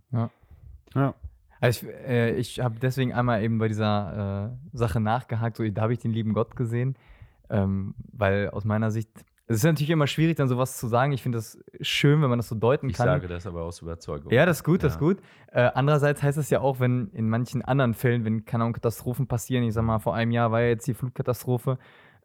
[SPEAKER 1] Ja. Also ich habe deswegen einmal eben bei dieser Sache nachgehakt, so, da habe ich den lieben Gott gesehen, weil aus meiner Sicht, es ist natürlich immer schwierig, dann sowas zu sagen. Ich finde das schön, wenn man das so deuten kann.
[SPEAKER 3] Ich sage das aber aus Überzeugung.
[SPEAKER 1] Ja, das ist gut, das ist gut. Andererseits heißt es ja auch, wenn in manchen anderen Fällen, wenn keine Ahnung, Katastrophen passieren, ich sag mal, vor einem Jahr war ja jetzt die Flutkatastrophe,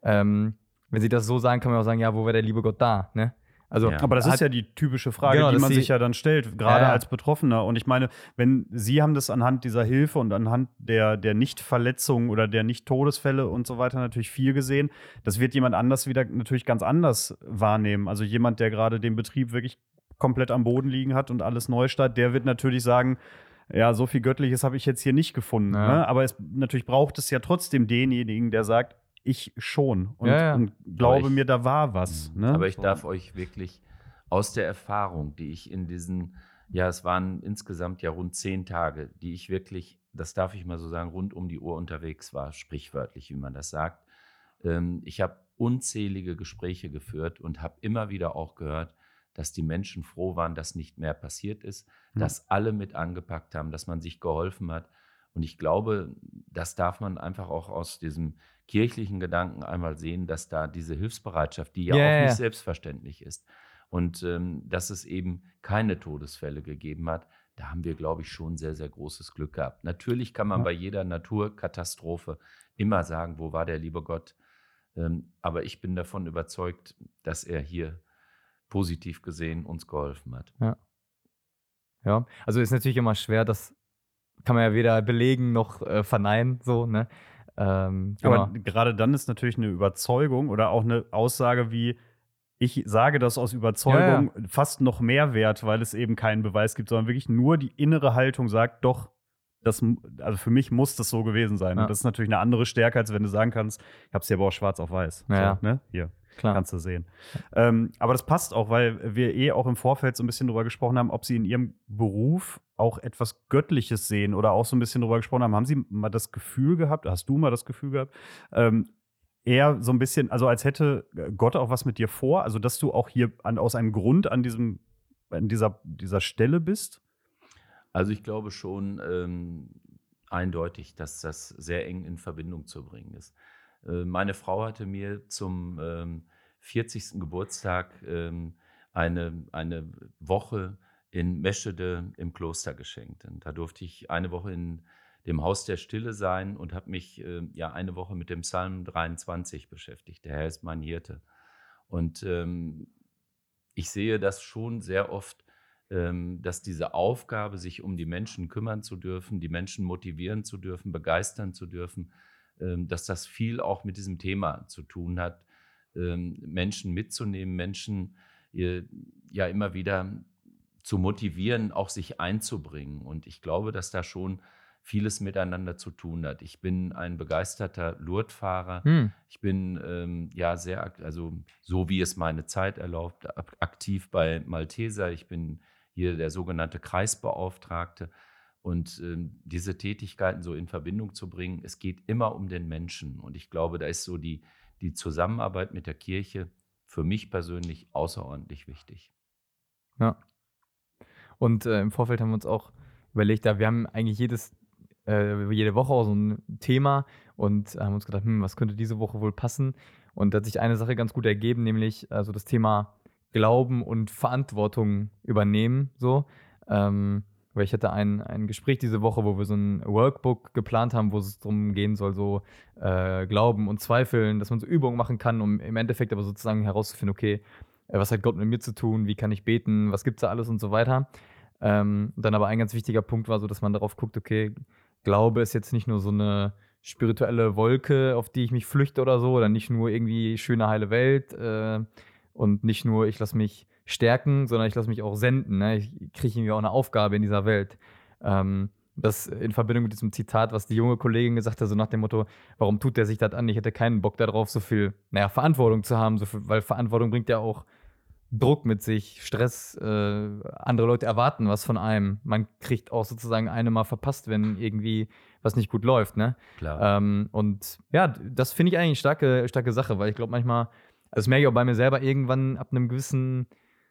[SPEAKER 1] wenn sie das so sagen, kann man auch sagen, ja, wo wäre der liebe Gott da, ne? Also,
[SPEAKER 2] aber das ist ja die typische Frage, die man sich ja dann stellt, gerade als Betroffener. Und ich meine, Sie haben das anhand dieser Hilfe und anhand der Nichtverletzungen oder der Nicht-Todesfälle und so weiter natürlich viel gesehen. Das wird jemand anders wieder natürlich ganz anders wahrnehmen. Also jemand, der gerade den Betrieb wirklich komplett am Boden liegen hat und alles Neustart, der wird natürlich sagen, ja, so viel Göttliches habe ich jetzt hier nicht gefunden. Ne? Aber natürlich braucht es ja trotzdem denjenigen, der sagt, ich schon und glaube mir, da war was. Ne?
[SPEAKER 3] Aber ich darf euch wirklich aus der Erfahrung, die ich in diesen, es waren insgesamt ja rund 10 Tage, die ich wirklich, das darf ich mal so sagen, rund um die Uhr unterwegs war, sprichwörtlich, wie man das sagt. Ich habe unzählige Gespräche geführt und habe immer wieder auch gehört, dass die Menschen froh waren, dass nicht mehr passiert ist, dass alle mit angepackt haben, dass man sich geholfen hat. Und ich glaube, das darf man einfach auch aus diesem kirchlichen Gedanken einmal sehen, dass da diese Hilfsbereitschaft, die auch nicht selbstverständlich ist, und dass es eben keine Todesfälle gegeben hat, da haben wir, glaube ich, schon sehr, sehr großes Glück gehabt. Natürlich kann man bei jeder Naturkatastrophe immer sagen, wo war der liebe Gott? Aber ich bin davon überzeugt, dass er hier positiv gesehen uns geholfen hat.
[SPEAKER 1] Ja, also ist natürlich immer schwer, das kann man ja weder belegen noch verneinen, so, ne?
[SPEAKER 2] Aber
[SPEAKER 1] Genau.
[SPEAKER 2] gerade dann ist natürlich eine Überzeugung oder auch eine Aussage wie: „Ich sage das aus Überzeugung“, fast noch mehr wert, weil es eben keinen Beweis gibt, sondern wirklich nur die innere Haltung sagt: „Doch, also für mich muss das so gewesen sein.“
[SPEAKER 1] Ja.
[SPEAKER 2] Und das ist natürlich eine andere Stärke, als wenn du sagen kannst: „Ich habe es hier aber auch schwarz auf weiß.“
[SPEAKER 1] Ja.
[SPEAKER 2] So, ne? Hier,
[SPEAKER 1] Klar.
[SPEAKER 2] kannst du sehen. Aber das passt auch, weil wir auch im Vorfeld so ein bisschen drüber gesprochen haben, ob Sie in Ihrem Beruf auch etwas Göttliches sehen oder auch so ein bisschen drüber gesprochen haben. Haben Sie mal das Gefühl gehabt, hast du mal das Gefühl gehabt, eher so ein bisschen, also als hätte Gott auch was mit dir vor, also dass du auch hier aus einem Grund an dieser Stelle bist?
[SPEAKER 3] Also ich glaube schon eindeutig, dass das sehr eng in Verbindung zu bringen ist. Meine Frau hatte mir zum 40. Geburtstag eine Woche in Meschede im Kloster geschenkt. Und da durfte ich eine Woche in dem Haus der Stille sein und habe mich eine Woche mit dem Psalm 23 beschäftigt. Der Herr ist mein Hirte. Und ich sehe das schon sehr oft, dass diese Aufgabe, sich um die Menschen kümmern zu dürfen, die Menschen motivieren zu dürfen, begeistern zu dürfen, dass das viel auch mit diesem Thema zu tun hat, Menschen mitzunehmen, Menschen ja immer wieder zu motivieren, auch sich einzubringen. Und ich glaube, dass da schon vieles miteinander zu tun hat. Ich bin ein begeisterter Lourdesfahrer. Ich bin also so wie es meine Zeit erlaubt, aktiv bei Malteser. Ich bin hier der sogenannte Kreisbeauftragte. Und diese Tätigkeiten so in Verbindung zu bringen, es geht immer um den Menschen. Und ich glaube, da ist so die Zusammenarbeit mit der Kirche für mich persönlich außerordentlich wichtig.
[SPEAKER 1] Ja. Und im Vorfeld haben wir uns auch überlegt, wir haben eigentlich jede Woche auch so ein Thema und haben uns gedacht, was könnte diese Woche wohl passen? Und da hat sich eine Sache ganz gut ergeben, nämlich also das Thema Glauben und Verantwortung übernehmen, so. Weil ich hatte ein Gespräch diese Woche, wo wir so ein Workbook geplant haben, wo es darum gehen soll, so Glauben und Zweifeln, dass man so Übungen machen kann, um im Endeffekt aber sozusagen herauszufinden, okay, was hat Gott mit mir zu tun, wie kann ich beten, was gibt's da alles und so weiter. Und dann aber ein ganz wichtiger Punkt war so, dass man darauf guckt, okay, Glaube ist jetzt nicht nur so eine spirituelle Wolke, auf die ich mich flüchte oder so, oder nicht nur irgendwie schöne, heile Welt und nicht nur, ich lasse mich stärken, sondern ich lasse mich auch senden. Ne? Ich kriege irgendwie auch eine Aufgabe in dieser Welt. Das in Verbindung mit diesem Zitat, was die junge Kollegin gesagt hat, so nach dem Motto, warum tut der sich das an? Ich hätte keinen Bock darauf, so viel Verantwortung zu haben, weil Verantwortung bringt ja auch Druck mit sich, Stress, andere Leute erwarten was von einem. Man kriegt auch sozusagen eine mal verpasst, wenn irgendwie was nicht gut läuft, ne?
[SPEAKER 3] Klar.
[SPEAKER 1] Und ja, das finde ich eigentlich eine starke Sache, weil ich glaube manchmal, also das merke ich auch bei mir selber, irgendwann ab einem gewissen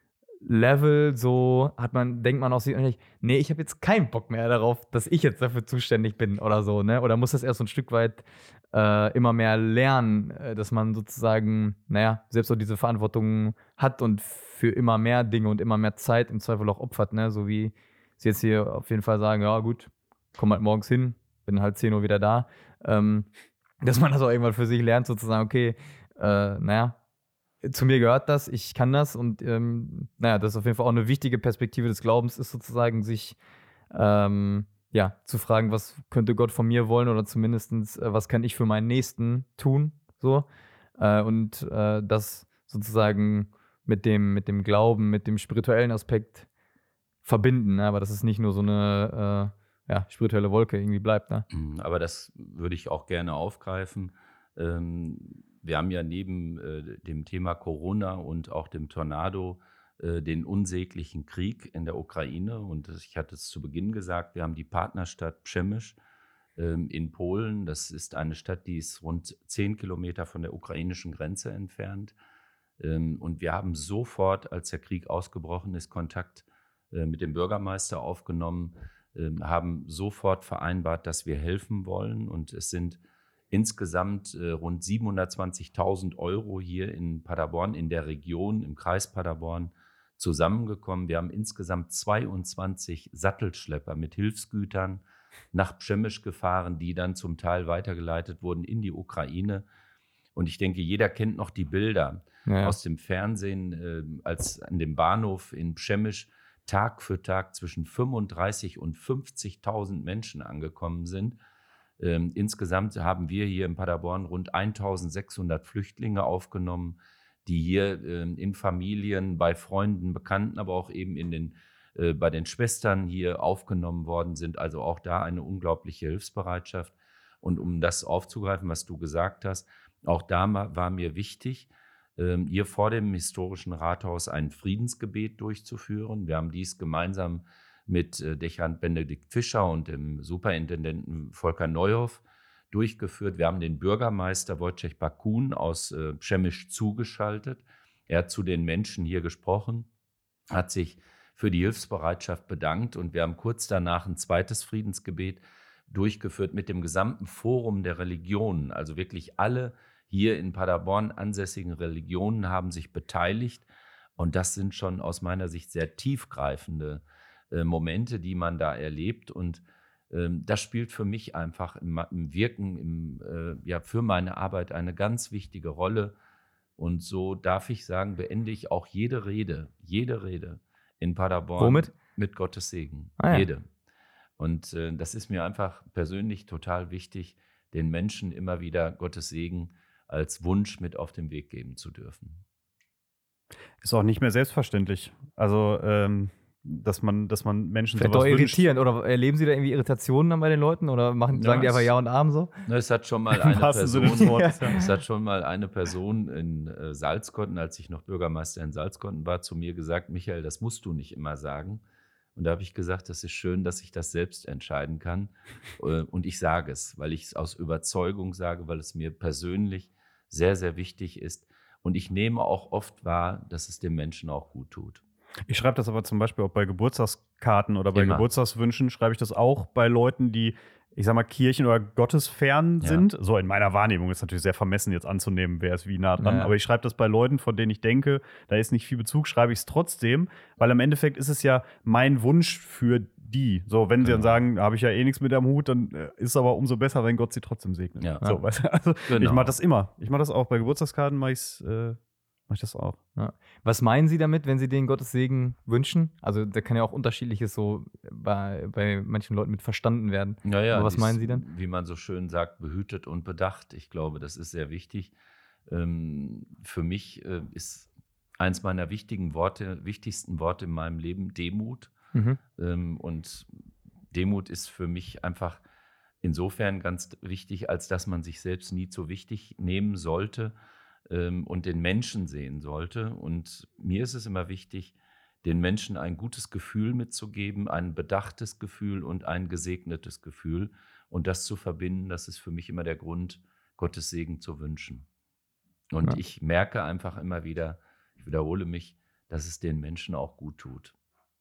[SPEAKER 1] Level so denkt man auch sich, nee, ich habe jetzt keinen Bock mehr darauf, dass ich jetzt dafür zuständig bin oder so, ne? Oder muss das erst so ein Stück weit immer mehr lernen, dass man sozusagen, selbst so diese Verantwortung hat und für immer mehr Dinge und immer mehr Zeit im Zweifel auch opfert, ne? So wie sie jetzt hier auf jeden Fall sagen, ja gut, komm halt morgens hin, bin halt 10 Uhr wieder da. Dass man das auch irgendwann für sich lernt, sozusagen, okay, zu mir gehört das, ich kann das und das ist auf jeden Fall auch eine wichtige Perspektive des Glaubens, ist sozusagen sich zu fragen, was könnte Gott von mir wollen oder zumindest was kann ich für meinen Nächsten tun, so. Und das sozusagen mit dem Glauben, mit dem spirituellen Aspekt verbinden, ne? Aber dass es nicht nur so eine spirituelle Wolke irgendwie bleibt. Ne?
[SPEAKER 3] Aber das würde ich auch gerne aufgreifen. Wir haben ja neben dem Thema Corona und auch dem Tornado den unsäglichen Krieg in der Ukraine. Und ich hatte es zu Beginn gesagt, wir haben die Partnerstadt Przemyśl in Polen. Das ist eine Stadt, die ist rund 10 Kilometer von der ukrainischen Grenze entfernt. Und wir haben sofort, als der Krieg ausgebrochen ist, Kontakt mit dem Bürgermeister aufgenommen, haben sofort vereinbart, dass wir helfen wollen. Und es sind insgesamt rund 720.000 € hier in Paderborn, in der Region, im Kreis Paderborn, zusammengekommen. Wir haben insgesamt 22 Sattelschlepper mit Hilfsgütern nach Przemyśl gefahren, die dann zum Teil weitergeleitet wurden in die Ukraine. Und ich denke, jeder kennt noch die Bilder
[SPEAKER 1] Ja.
[SPEAKER 3] aus dem Fernsehen, als an dem Bahnhof in Przemyśl Tag für Tag zwischen 35.000 und 50.000 Menschen angekommen sind. Insgesamt haben wir hier in Paderborn rund 1.600 Flüchtlinge aufgenommen, die hier in Familien, bei Freunden, Bekannten, aber auch eben bei den Schwestern hier aufgenommen worden sind. Also auch da eine unglaubliche Hilfsbereitschaft. Und um das aufzugreifen, was du gesagt hast, auch da war mir wichtig, hier vor dem historischen Rathaus ein Friedensgebet durchzuführen. Wir haben dies gemeinsam mit Dechant Benedikt Fischer und dem Superintendenten Volker Neuhoff durchgeführt. Wir haben den Bürgermeister Wojciech Bakun aus Przemyśl zugeschaltet. Er hat zu den Menschen hier gesprochen, hat sich für die Hilfsbereitschaft bedankt und wir haben kurz danach ein zweites Friedensgebet durchgeführt mit dem gesamten Forum der Religionen. Also wirklich alle hier in Paderborn ansässigen Religionen haben sich beteiligt und das sind schon aus meiner Sicht sehr tiefgreifende Momente, die man da erlebt und das spielt für mich einfach im Wirken, für meine Arbeit eine ganz wichtige Rolle. Und so darf ich sagen, beende ich auch jede Rede in Paderborn.
[SPEAKER 1] Womit?
[SPEAKER 3] Mit Gottes Segen.
[SPEAKER 1] Ah, ja.
[SPEAKER 3] Jede. Und das ist mir einfach persönlich total wichtig, den Menschen immer wieder Gottes Segen als Wunsch mit auf den Weg geben zu dürfen.
[SPEAKER 2] Ist auch nicht mehr selbstverständlich. Also, dass man Menschen
[SPEAKER 1] Vielleicht
[SPEAKER 2] sowas
[SPEAKER 1] doch
[SPEAKER 2] wünscht.
[SPEAKER 1] irritierend. Oder erleben Sie da irgendwie Irritationen dann bei den Leuten? Oder sagen die einfach Ja und Amen so?
[SPEAKER 3] Es hat schon mal
[SPEAKER 2] Im
[SPEAKER 3] eine
[SPEAKER 2] wahrsten Sinne des
[SPEAKER 3] Person,
[SPEAKER 2] Wortes, ja.
[SPEAKER 3] es hat schon mal eine Person in Salzkotten, als ich noch Bürgermeister in Salzkotten war, zu mir gesagt: Michael, das musst du nicht immer sagen. Und da habe ich gesagt, das ist schön, dass ich das selbst entscheiden kann. Und ich sage es, weil ich es aus Überzeugung sage, weil es mir persönlich sehr, sehr wichtig ist. Und ich nehme auch oft wahr, dass es dem Menschen auch gut tut.
[SPEAKER 2] Ich schreibe das aber zum Beispiel auch bei Geburtstagskarten oder bei
[SPEAKER 3] Immer.
[SPEAKER 2] Geburtstagswünschen, schreibe ich das auch bei Leuten, die, ich sag mal, Kirchen- oder Gottesfern
[SPEAKER 3] Ja.
[SPEAKER 2] sind. So in meiner Wahrnehmung ist natürlich sehr vermessen, jetzt anzunehmen, wer ist wie nah dran.
[SPEAKER 1] Ja.
[SPEAKER 2] Aber ich schreibe das bei Leuten, von denen ich denke, da ist nicht viel Bezug, schreibe ich es trotzdem, weil im Endeffekt ist es ja mein Wunsch für die. So, wenn sie dann
[SPEAKER 3] Genau.
[SPEAKER 2] sagen, da habe ich ja eh nichts mit am Hut, dann ist es aber umso besser, wenn Gott sie trotzdem segnet.
[SPEAKER 3] Ja.
[SPEAKER 2] So, weißt du? Also,
[SPEAKER 3] Genau.
[SPEAKER 2] ich mache das immer. Ich mache das auch bei Geburtstagskarten, mache ich das auch.
[SPEAKER 1] Ja. Was meinen Sie damit, wenn Sie den Gottes Segen wünschen? Also da kann ja auch Unterschiedliches so bei manchen Leuten mit verstanden werden.
[SPEAKER 3] Naja,
[SPEAKER 1] Aber was meinen Sie denn?
[SPEAKER 3] Wie man so schön sagt, behütet und bedacht. Ich glaube, das ist sehr wichtig. Für mich ist eins meiner wichtigsten Worte in meinem Leben Demut.
[SPEAKER 1] Mhm.
[SPEAKER 3] Und Demut ist für mich einfach insofern ganz wichtig, als dass man sich selbst nie zu wichtig nehmen sollte und den Menschen sehen sollte. Und mir ist es immer wichtig, den Menschen ein gutes Gefühl mitzugeben, ein bedachtes Gefühl und ein gesegnetes Gefühl. Und das zu verbinden, das ist für mich immer der Grund, Gottes Segen zu wünschen. Und
[SPEAKER 1] Ja.
[SPEAKER 3] ich merke einfach immer wieder, ich wiederhole mich, dass es den Menschen auch gut tut.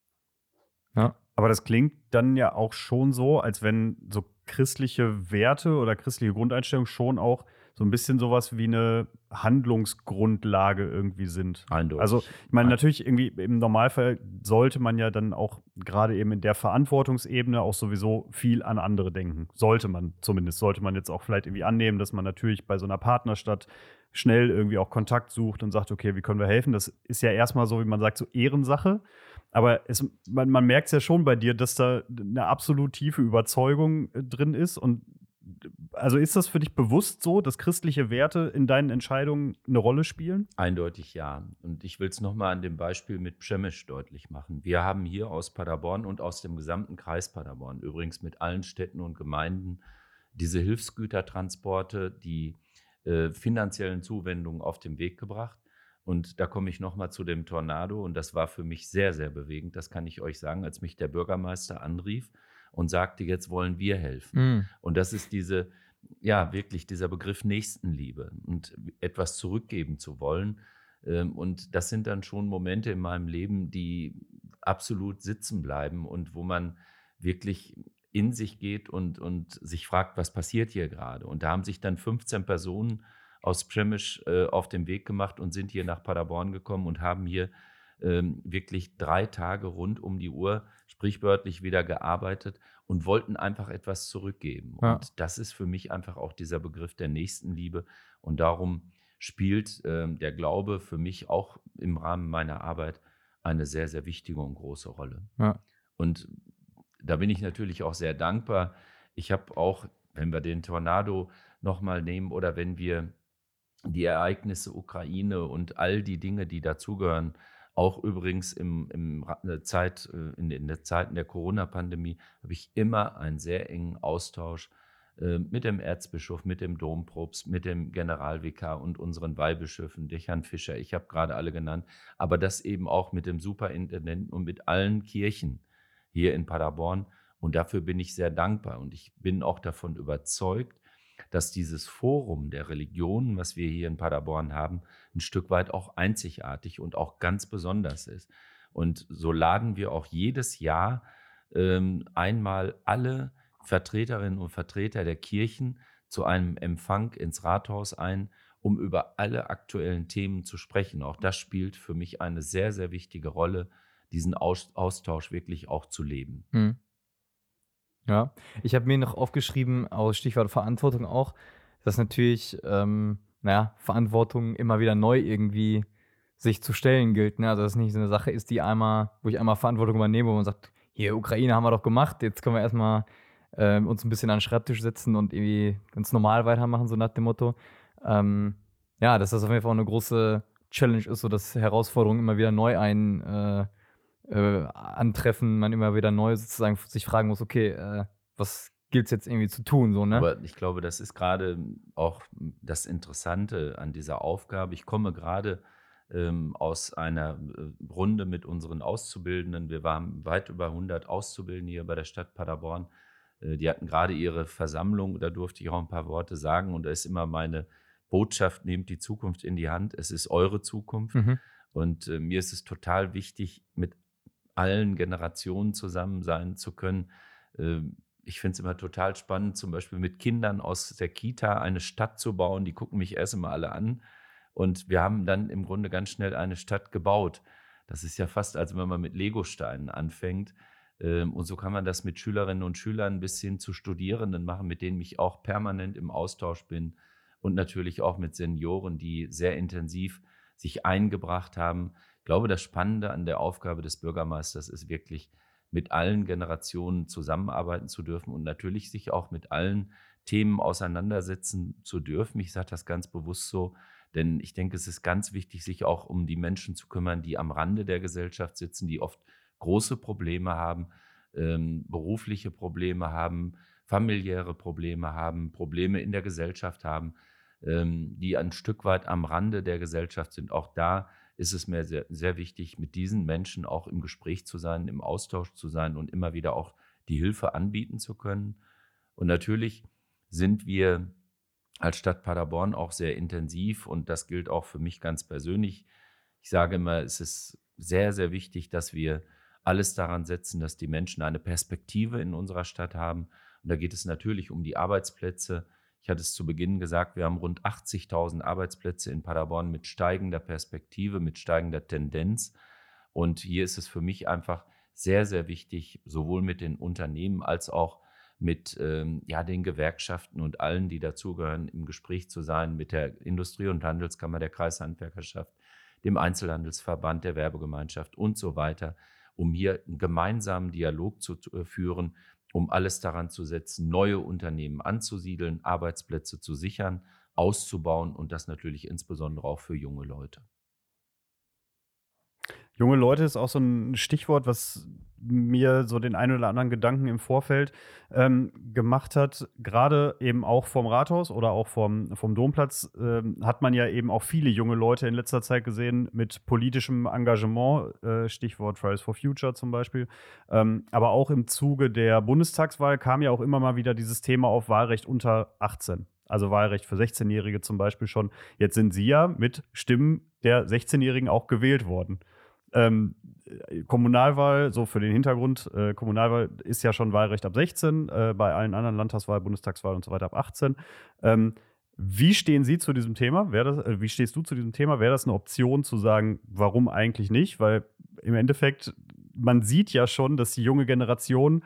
[SPEAKER 1] Ja.
[SPEAKER 2] Aber das klingt dann ja auch schon so, als wenn so christliche Werte oder christliche Grundeinstellungen schon auch so ein bisschen sowas wie eine Handlungsgrundlage irgendwie sind.
[SPEAKER 3] Eindeutig.
[SPEAKER 2] Also, ich meine, natürlich irgendwie im Normalfall sollte man ja dann auch gerade eben in der Verantwortungsebene auch sowieso viel an andere denken. Sollte man jetzt auch vielleicht irgendwie annehmen, dass man natürlich bei so einer Partnerstadt schnell irgendwie auch Kontakt sucht und sagt, okay, wie können wir helfen? Das ist ja erstmal so, wie man sagt, so Ehrensache. Aber man merkt es ja schon bei dir, dass da eine absolut tiefe Überzeugung drin ist. Und also ist das für dich bewusst so, dass christliche Werte in deinen Entscheidungen eine Rolle spielen?
[SPEAKER 3] Eindeutig ja. Und ich will es nochmal an dem Beispiel mit Przemyśl deutlich machen. Wir haben hier aus Paderborn und aus dem gesamten Kreis Paderborn, übrigens mit allen Städten und Gemeinden, diese Hilfsgütertransporte, die finanziellen Zuwendungen auf den Weg gebracht. Und da komme ich nochmal zu dem Tornado. Und das war für mich sehr, sehr bewegend. Das kann ich euch sagen, als mich der Bürgermeister anrief und sagte, jetzt wollen wir helfen.
[SPEAKER 1] Mhm.
[SPEAKER 3] Und das ist wirklich dieser Begriff Nächstenliebe und etwas zurückgeben zu wollen. Und das sind dann schon Momente in meinem Leben, die absolut sitzen bleiben und wo man wirklich in sich geht und sich fragt, was passiert hier gerade. Und da haben sich dann 15 Personen aus Przemyśl auf den Weg gemacht und sind hier nach Paderborn gekommen und haben hier wirklich 3 Tage rund um die Uhr sprichwörtlich wieder gearbeitet und wollten einfach etwas zurückgeben.
[SPEAKER 1] Ja.
[SPEAKER 3] Und das ist für mich einfach auch dieser Begriff der Nächstenliebe. Und darum spielt der Glaube für mich auch im Rahmen meiner Arbeit eine sehr, sehr wichtige und große Rolle.
[SPEAKER 1] Ja.
[SPEAKER 3] Und da bin ich natürlich auch sehr dankbar. Ich habe auch, wenn wir den Tornado nochmal nehmen oder wenn wir die Ereignisse Ukraine und all die Dinge, die dazugehören, auch übrigens in den Zeiten der Corona-Pandemie habe ich immer einen sehr engen Austausch mit dem Erzbischof, mit dem Dompropst, mit dem Generalvikar und unseren Weihbischöfen, der Herrn Fischer, ich habe gerade alle genannt, aber das eben auch mit dem Superintendenten und mit allen Kirchen hier in Paderborn. Und dafür bin ich sehr dankbar. Und ich bin auch davon überzeugt, dass dieses Forum der Religionen, was wir hier in Paderborn haben, ein Stück weit auch einzigartig und auch ganz besonders ist. Und so laden wir auch jedes Jahr einmal alle Vertreterinnen und Vertreter der Kirchen zu einem Empfang ins Rathaus ein, um über alle aktuellen Themen zu sprechen. Auch das spielt für mich eine sehr, sehr wichtige Rolle, diesen Austausch wirklich auch zu leben.
[SPEAKER 1] Mhm. Ja, ich habe mir noch aufgeschrieben, aus Stichwort Verantwortung auch, dass natürlich, Verantwortung immer wieder neu irgendwie sich zu stellen gilt. Ne? Also, dass es nicht so eine Sache ist, wo ich einmal Verantwortung übernehme, wo man sagt, hier, Ukraine haben wir doch gemacht, jetzt können wir erstmal uns ein bisschen an den Schreibtisch setzen und irgendwie ganz normal weitermachen, so nach dem Motto. Dass das auf jeden Fall auch eine große Challenge ist, so dass Herausforderungen immer wieder neu antreffen, man immer wieder neu sozusagen sich fragen muss, okay, was gilt es jetzt irgendwie zu tun, so, ne?
[SPEAKER 3] Aber ich glaube, das ist gerade auch das Interessante an dieser Aufgabe. Ich komme gerade aus einer Runde mit unseren Auszubildenden. Wir waren weit über 100 Auszubildende hier bei der Stadt Paderborn. Die hatten gerade ihre Versammlung, da durfte ich auch ein paar Worte sagen. Und da ist immer meine Botschaft, nehmt die Zukunft in die Hand. Es ist eure Zukunft.
[SPEAKER 1] Mhm.
[SPEAKER 3] Und mir ist es total wichtig, mit allen Generationen zusammen sein zu können. Ich finde es immer total spannend, zum Beispiel mit Kindern aus der Kita eine Stadt zu bauen. Die gucken mich erst immer alle an. Und wir haben dann im Grunde ganz schnell eine Stadt gebaut. Das ist ja fast, als wenn man mit Legosteinen anfängt. Und so kann man das mit Schülerinnen und Schülern bis hin zu Studierenden machen, mit denen ich auch permanent im Austausch bin. Und natürlich auch mit Senioren, die sehr intensiv sich eingebracht haben. Ich glaube, das Spannende an der Aufgabe des Bürgermeisters ist wirklich, mit allen Generationen zusammenarbeiten zu dürfen und natürlich sich auch mit allen Themen auseinandersetzen zu dürfen. Ich sage das ganz bewusst so, denn ich denke, es ist ganz wichtig, sich auch um die Menschen zu kümmern, die am Rande der Gesellschaft sitzen, die oft große Probleme haben, berufliche Probleme haben, familiäre Probleme haben, Probleme in der Gesellschaft haben, die ein Stück weit am Rande der Gesellschaft sind. Auch da ist es mir sehr, sehr wichtig, mit diesen Menschen auch im Gespräch zu sein, im Austausch zu sein und immer wieder auch die Hilfe anbieten zu können. Und natürlich sind wir als Stadt Paderborn auch sehr intensiv und das gilt auch für mich ganz persönlich. Ich sage immer, es ist sehr, sehr wichtig, dass wir alles daran setzen, dass die Menschen eine Perspektive in unserer Stadt haben. Und da geht es natürlich um die Arbeitsplätze. Ich hatte es zu Beginn gesagt, wir haben rund 80.000 Arbeitsplätze in Paderborn mit steigender Perspektive, mit steigender Tendenz. Und hier ist es für mich einfach sehr, sehr wichtig, sowohl mit den Unternehmen als auch mit den Gewerkschaften und allen, die dazugehören, im Gespräch zu sein, mit der Industrie- und Handelskammer, der Kreishandwerkerschaft, dem Einzelhandelsverband, der Werbegemeinschaft und so weiter, um hier einen gemeinsamen Dialog zu führen, um alles daran zu setzen, neue Unternehmen anzusiedeln, Arbeitsplätze zu sichern, auszubauen und das natürlich insbesondere auch für junge Leute.
[SPEAKER 2] Junge Leute ist auch so ein Stichwort, was mir so den einen oder anderen Gedanken im Vorfeld gemacht hat. Gerade eben auch vom Rathaus oder auch vom Domplatz hat man ja eben auch viele junge Leute in letzter Zeit gesehen mit politischem Engagement, Stichwort Fridays for Future zum Beispiel. Aber auch im Zuge der Bundestagswahl kam ja auch immer mal wieder dieses Thema auf Wahlrecht unter 18. Also Wahlrecht für 16-Jährige zum Beispiel schon. Jetzt sind sie ja mit Stimmen der 16-Jährigen auch gewählt worden. Kommunalwahl, so für den Hintergrund, Kommunalwahl ist ja schon Wahlrecht ab 16, bei allen anderen Landtagswahl, Bundestagswahl und so weiter ab 18. Wie stehen Sie zu diesem Thema? Wie stehst du zu diesem Thema? Wäre das eine Option zu sagen, warum eigentlich nicht? Weil im Endeffekt, man sieht ja schon, dass die junge Generation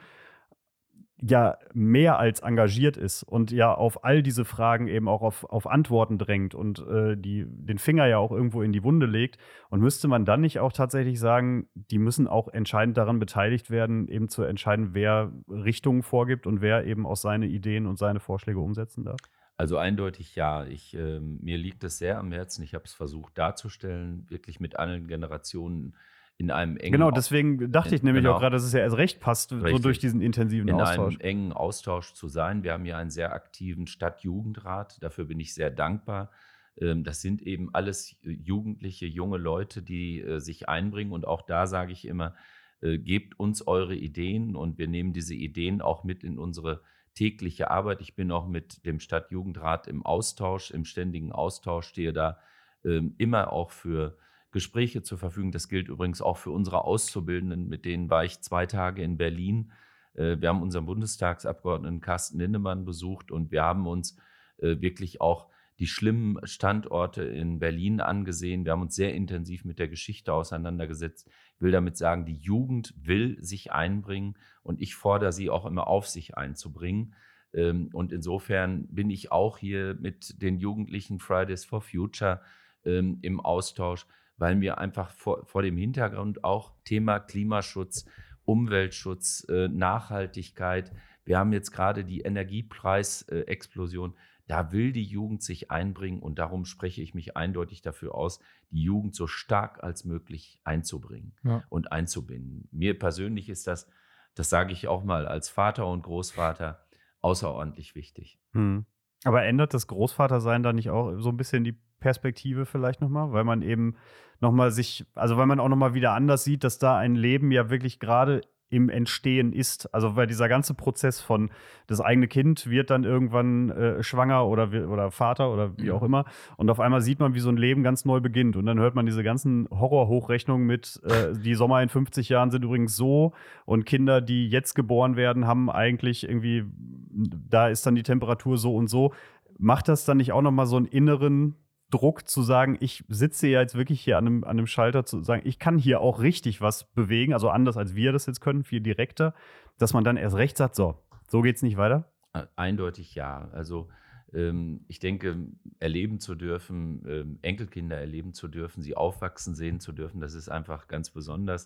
[SPEAKER 2] ja mehr als engagiert ist und ja auf all diese Fragen eben auch auf Antworten drängt und den Finger ja auch irgendwo in die Wunde legt. Und müsste man dann nicht auch tatsächlich sagen, die müssen auch entscheidend daran beteiligt werden, eben zu entscheiden, wer Richtungen vorgibt und wer eben auch seine Ideen und seine Vorschläge umsetzen darf?
[SPEAKER 3] Also eindeutig ja. Mir liegt es sehr am Herzen. Ich habe es versucht darzustellen, wirklich mit allen Generationen in einem engen
[SPEAKER 2] Genau, deswegen dachte ich nämlich auch gerade, dass es ja erst recht passt, so
[SPEAKER 3] Richtig.
[SPEAKER 2] durch diesen intensiven
[SPEAKER 3] in
[SPEAKER 2] Austausch.
[SPEAKER 3] einem engen Austausch zu sein. Wir haben hier einen sehr aktiven Stadtjugendrat. Dafür bin ich sehr dankbar. Das sind eben alles Jugendliche, junge Leute, die sich einbringen. Und auch da sage ich immer, gebt uns eure Ideen und wir nehmen diese Ideen auch mit in unsere tägliche Arbeit. Ich bin auch mit dem Stadtjugendrat im Austausch, im ständigen Austausch, stehe da immer auch für Gespräche zur Verfügung. Das gilt übrigens auch für unsere Auszubildenden, mit denen war ich 2 Tage in Berlin. Wir haben unseren Bundestagsabgeordneten Carsten Linnemann besucht und wir haben uns wirklich auch die schlimmen Standorte in Berlin angesehen. Wir haben uns sehr intensiv mit der Geschichte auseinandergesetzt. Ich will damit sagen, die Jugend will sich einbringen und ich fordere sie auch immer auf, sich einzubringen. Und insofern bin ich auch hier mit den Jugendlichen Fridays for Future im Austausch, weil mir einfach vor dem Hintergrund auch Thema Klimaschutz, Umweltschutz, Nachhaltigkeit, wir haben jetzt gerade die Energiepreisexplosion, da will die Jugend sich einbringen und darum spreche ich mich eindeutig dafür aus, die Jugend so stark als möglich einzubringen und einzubinden. Mir persönlich ist das sage ich auch mal als Vater und Großvater, außerordentlich wichtig.
[SPEAKER 2] Aber ändert das Großvatersein da nicht auch so ein bisschen die Perspektive vielleicht nochmal? Weil man eben nochmal weil man auch nochmal wieder anders sieht, dass da ein Leben ja wirklich gerade im Entstehen ist. Also weil dieser ganze Prozess von das eigene Kind wird dann irgendwann schwanger oder Vater oder wie auch immer. Und auf einmal sieht man, wie so ein Leben ganz neu beginnt. Und dann hört man diese ganzen Horrorhochrechnungen mit, die Sommer in 50 Jahren sind übrigens so. Und Kinder, die jetzt geboren werden, haben eigentlich irgendwie, da ist dann die Temperatur so und so. Macht das dann nicht auch nochmal so einen inneren Druck zu sagen, ich sitze ja jetzt wirklich hier an einem Schalter, zu sagen, ich kann hier auch richtig was bewegen, also anders als wir das jetzt können, viel direkter, dass man dann erst recht sagt, so geht's nicht weiter?
[SPEAKER 3] Eindeutig ja. Also ich denke, erleben zu dürfen, Enkelkinder erleben zu dürfen, sie aufwachsen sehen zu dürfen, das ist einfach ganz besonders.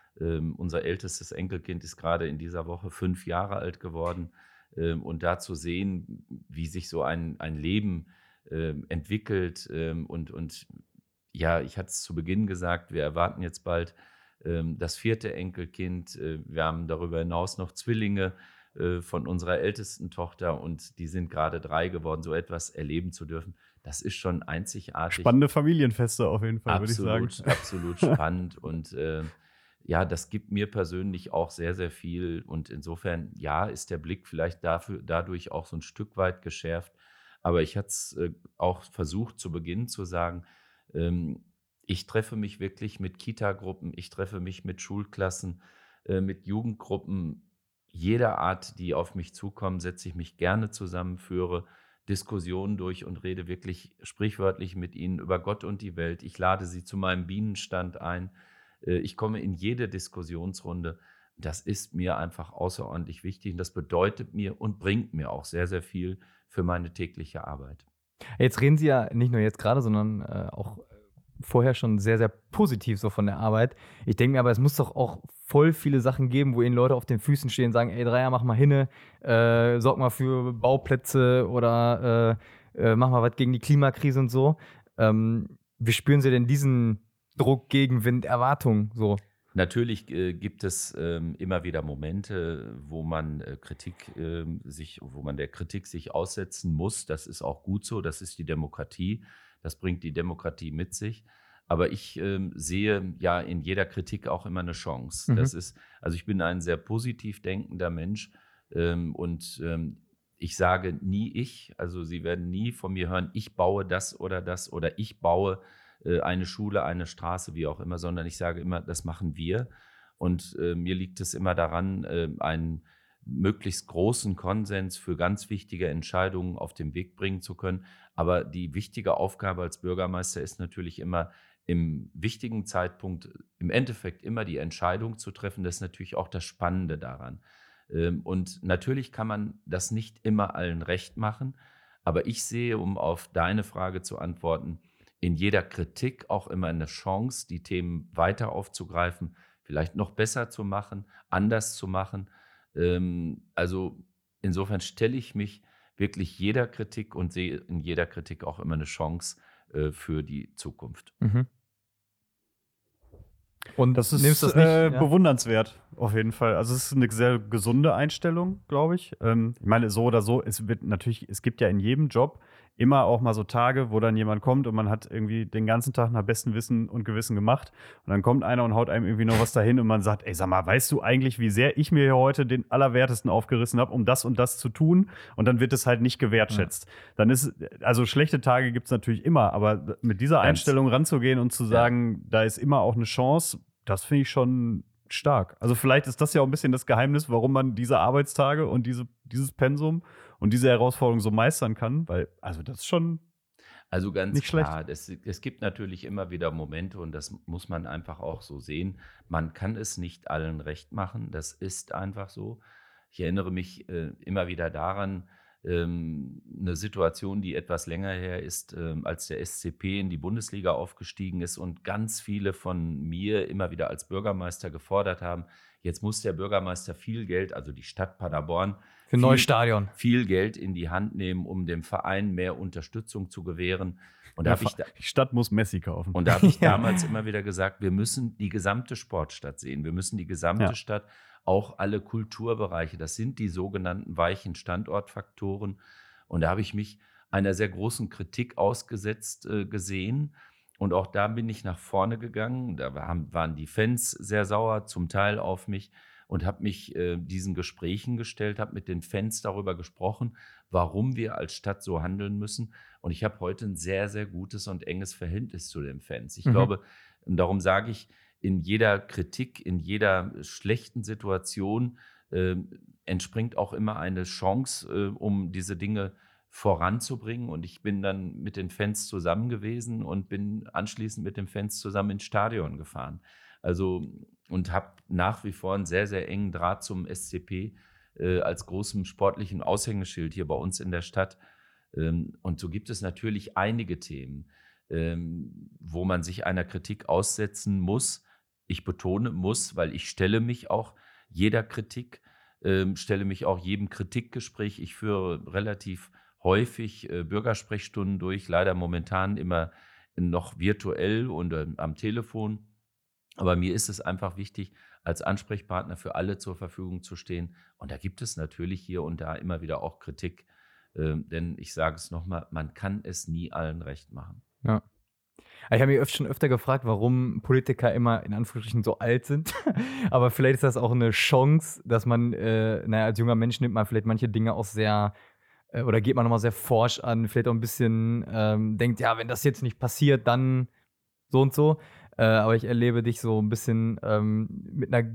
[SPEAKER 3] Unser ältestes Enkelkind ist gerade in dieser Woche 5 Jahre alt geworden und da zu sehen, wie sich so ein Leben entwickelt und ja, ich hatte es zu Beginn gesagt, wir erwarten jetzt bald das 4. Enkelkind. Wir haben darüber hinaus noch Zwillinge von unserer ältesten Tochter und die sind gerade 3 geworden. So etwas erleben zu dürfen, das ist schon einzigartig.
[SPEAKER 2] Spannende Familienfeste auf jeden Fall, würde ich sagen.
[SPEAKER 3] Absolut spannend und ja, das gibt mir persönlich auch sehr, sehr viel und insofern, ja, ist der Blick vielleicht dadurch auch so ein Stück weit geschärft. Aber ich hatte es auch versucht, zu Beginn zu sagen, ich treffe mich wirklich mit Kitagruppen, ich treffe mich mit Schulklassen, mit Jugendgruppen jeder Art, die auf mich zukommen, setze ich mich gerne zusammen, führe Diskussionen durch und rede wirklich sprichwörtlich mit ihnen über Gott und die Welt. Ich lade sie zu meinem Bienenstand ein. Ich komme in jede Diskussionsrunde. Das ist mir einfach außerordentlich wichtig und das bedeutet mir und bringt mir auch sehr, sehr viel für meine tägliche Arbeit.
[SPEAKER 1] Jetzt reden Sie ja nicht nur jetzt gerade, sondern auch vorher schon sehr, sehr positiv so von der Arbeit. Ich denke mir aber, es muss doch auch voll viele Sachen geben, wo Ihnen Leute auf den Füßen stehen und sagen, ey Dreier, mach mal hinne, sorg mal für Bauplätze oder mach mal was gegen die Klimakrise und so. Wie spüren Sie denn diesen Druck, Gegenwind, Erwartung so?
[SPEAKER 3] Natürlich gibt es immer wieder Momente, wo man der Kritik sich aussetzen muss. Das ist auch gut so, das ist die Demokratie. Das bringt die Demokratie mit sich. Aber ich sehe ja in jeder Kritik auch immer eine Chance. Also ich bin ein sehr positiv denkender Mensch und ich sage nie ich. Also Sie werden nie von mir hören, ich baue das oder ich baue eine Schule, eine Straße, wie auch immer, sondern ich sage immer, das machen wir. Und mir liegt es immer daran, ein möglichst großen Konsens für ganz wichtige Entscheidungen auf den Weg bringen zu können. Aber die wichtige Aufgabe als Bürgermeister ist natürlich immer, im wichtigen Zeitpunkt im Endeffekt immer die Entscheidung zu treffen. Das ist natürlich auch das Spannende daran. Und natürlich kann man das nicht immer allen recht machen, aber ich sehe, um auf deine Frage zu antworten, in jeder Kritik auch immer eine Chance, die Themen weiter aufzugreifen, vielleicht noch besser zu machen, anders zu machen. Also insofern stelle ich mich wirklich jeder Kritik und sehe in jeder Kritik auch immer eine Chance für die Zukunft.
[SPEAKER 1] Mhm. Und
[SPEAKER 2] Das ist
[SPEAKER 1] nimmst das nicht, ja?
[SPEAKER 2] bewundernswert, auf jeden Fall. Also es ist eine sehr gesunde Einstellung, glaube ich. Ich meine, so oder so, es gibt ja in jedem Job immer auch mal so Tage, wo dann jemand kommt und man hat irgendwie den ganzen Tag nach bestem Wissen und Gewissen gemacht. Und dann kommt einer und haut einem irgendwie noch was dahin und man sagt, ey, sag mal, weißt du eigentlich, wie sehr ich mir hier heute den Allerwertesten aufgerissen habe, um das und das zu tun? Und dann wird es halt nicht gewertschätzt. Dann also schlechte Tage gibt es natürlich immer, aber mit dieser Einstellung ranzugehen und zu sagen, da ist immer auch eine Chance, das finde ich schon stark. Also vielleicht ist das ja auch ein bisschen das Geheimnis, warum man diese Arbeitstage und dieses Pensum und diese Herausforderung so meistern kann, weil, also das ist schon
[SPEAKER 3] Also ganz
[SPEAKER 2] nicht
[SPEAKER 3] klar, es gibt natürlich immer wieder Momente und das muss man einfach auch so sehen. Man kann es nicht allen recht machen, das ist einfach so. Ich erinnere mich immer wieder daran, eine Situation, die etwas länger her ist, als der SCP in die Bundesliga aufgestiegen ist und ganz viele von mir immer wieder als Bürgermeister gefordert haben, jetzt muss der Bürgermeister viel Geld, also die Stadt Paderborn,
[SPEAKER 1] Für ein neues Stadion.
[SPEAKER 3] viel Geld in die Hand nehmen, um dem Verein mehr Unterstützung zu gewähren. Und da
[SPEAKER 2] die Stadt muss Messi kaufen.
[SPEAKER 3] und da habe ich damals immer wieder gesagt, wir müssen die gesamte Sportstadt sehen. Wir müssen die gesamte Stadt, auch alle Kulturbereiche. Das sind die sogenannten weichen Standortfaktoren. Und da habe ich mich einer sehr großen Kritik ausgesetzt gesehen. Und auch da bin ich nach vorne gegangen. Da waren die Fans sehr sauer, zum Teil auf mich. Und habe mich diesen Gesprächen gestellt, habe mit den Fans darüber gesprochen, warum wir als Stadt so handeln müssen. Und ich habe heute ein sehr, sehr gutes und enges Verhältnis zu den Fans. Ich glaube, und darum sage ich, in jeder Kritik, in jeder schlechten Situation entspringt auch immer eine Chance, um diese Dinge voranzubringen. Und ich bin dann mit den Fans zusammen gewesen und bin anschließend mit den Fans zusammen ins Stadion gefahren. Also und habe nach wie vor einen sehr, sehr engen Draht zum SCP als großem sportlichen Aushängeschild hier bei uns in der Stadt. Und so gibt es natürlich einige Themen, wo man sich einer Kritik aussetzen muss. Ich betone muss, weil ich stelle mich auch jeder Kritik, stelle mich auch jedem Kritikgespräch. Ich führe relativ häufig Bürgersprechstunden durch, leider momentan immer noch virtuell und am Telefon. Aber mir ist es einfach wichtig, als Ansprechpartner für alle zur Verfügung zu stehen. Und da gibt es natürlich hier und da immer wieder auch Kritik. Denn ich sage es nochmal, man kann es nie allen recht machen.
[SPEAKER 1] Ja. Ich habe mich schon öfter gefragt, warum Politiker immer in Anführungsstrichen so alt sind. Aber vielleicht ist das auch eine Chance, dass man, als junger Mensch nimmt man vielleicht manche Dinge auch sehr, oder geht man nochmal sehr forsch an, vielleicht auch ein bisschen denkt, ja, wenn das jetzt nicht passiert, dann so und so. Aber ich erlebe dich so ein bisschen mit einer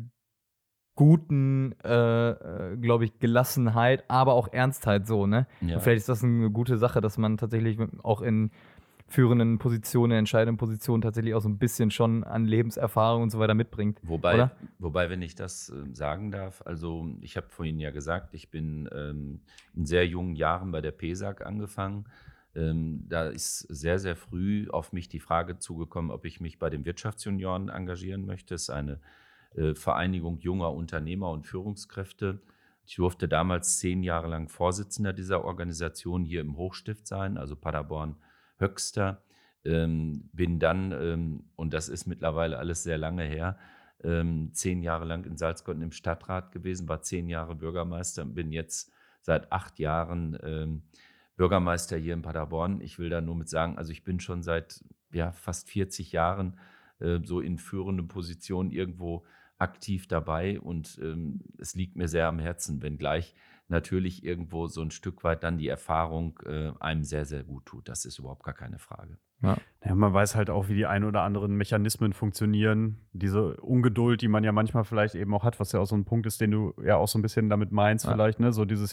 [SPEAKER 1] guten, glaube ich, Gelassenheit, aber auch Ernstheit so, ne?
[SPEAKER 3] Ja.
[SPEAKER 1] Und vielleicht ist das eine gute Sache, dass man tatsächlich auch in führenden Positionen, entscheidenden Positionen tatsächlich auch so ein bisschen schon an Lebenserfahrung und so weiter mitbringt.
[SPEAKER 3] Wobei, wenn ich das sagen darf, also ich habe vorhin ja gesagt, ich bin in sehr jungen Jahren bei der PESAG angefangen. Da ist sehr, sehr früh auf mich die Frage zugekommen, ob ich mich bei den Wirtschaftsjunioren engagieren möchte. Es ist eine Vereinigung junger Unternehmer und Führungskräfte. Ich durfte damals 10 Jahre lang Vorsitzender dieser Organisation hier im Hochstift sein, also Paderborn-Höxter. Bin dann, und das ist mittlerweile alles sehr lange her, 10 Jahre lang in Salzgitter im Stadtrat gewesen, war 10 Jahre Bürgermeister und bin jetzt seit 8 Jahren Bürgermeister hier in Paderborn. Ich will da nur mit sagen, also ich bin schon seit fast 40 Jahren so in führenden Positionen irgendwo aktiv dabei und es liegt mir sehr am Herzen, wenngleich natürlich irgendwo so ein Stück weit dann die Erfahrung einem sehr, sehr gut tut. Das ist überhaupt gar keine Frage.
[SPEAKER 2] Ja, man weiß halt auch, wie die ein oder anderen Mechanismen funktionieren. Diese Ungeduld, die man ja manchmal vielleicht eben auch hat, was ja auch so ein Punkt ist, den du ja auch so ein bisschen damit meinst, vielleicht, ne? So dieses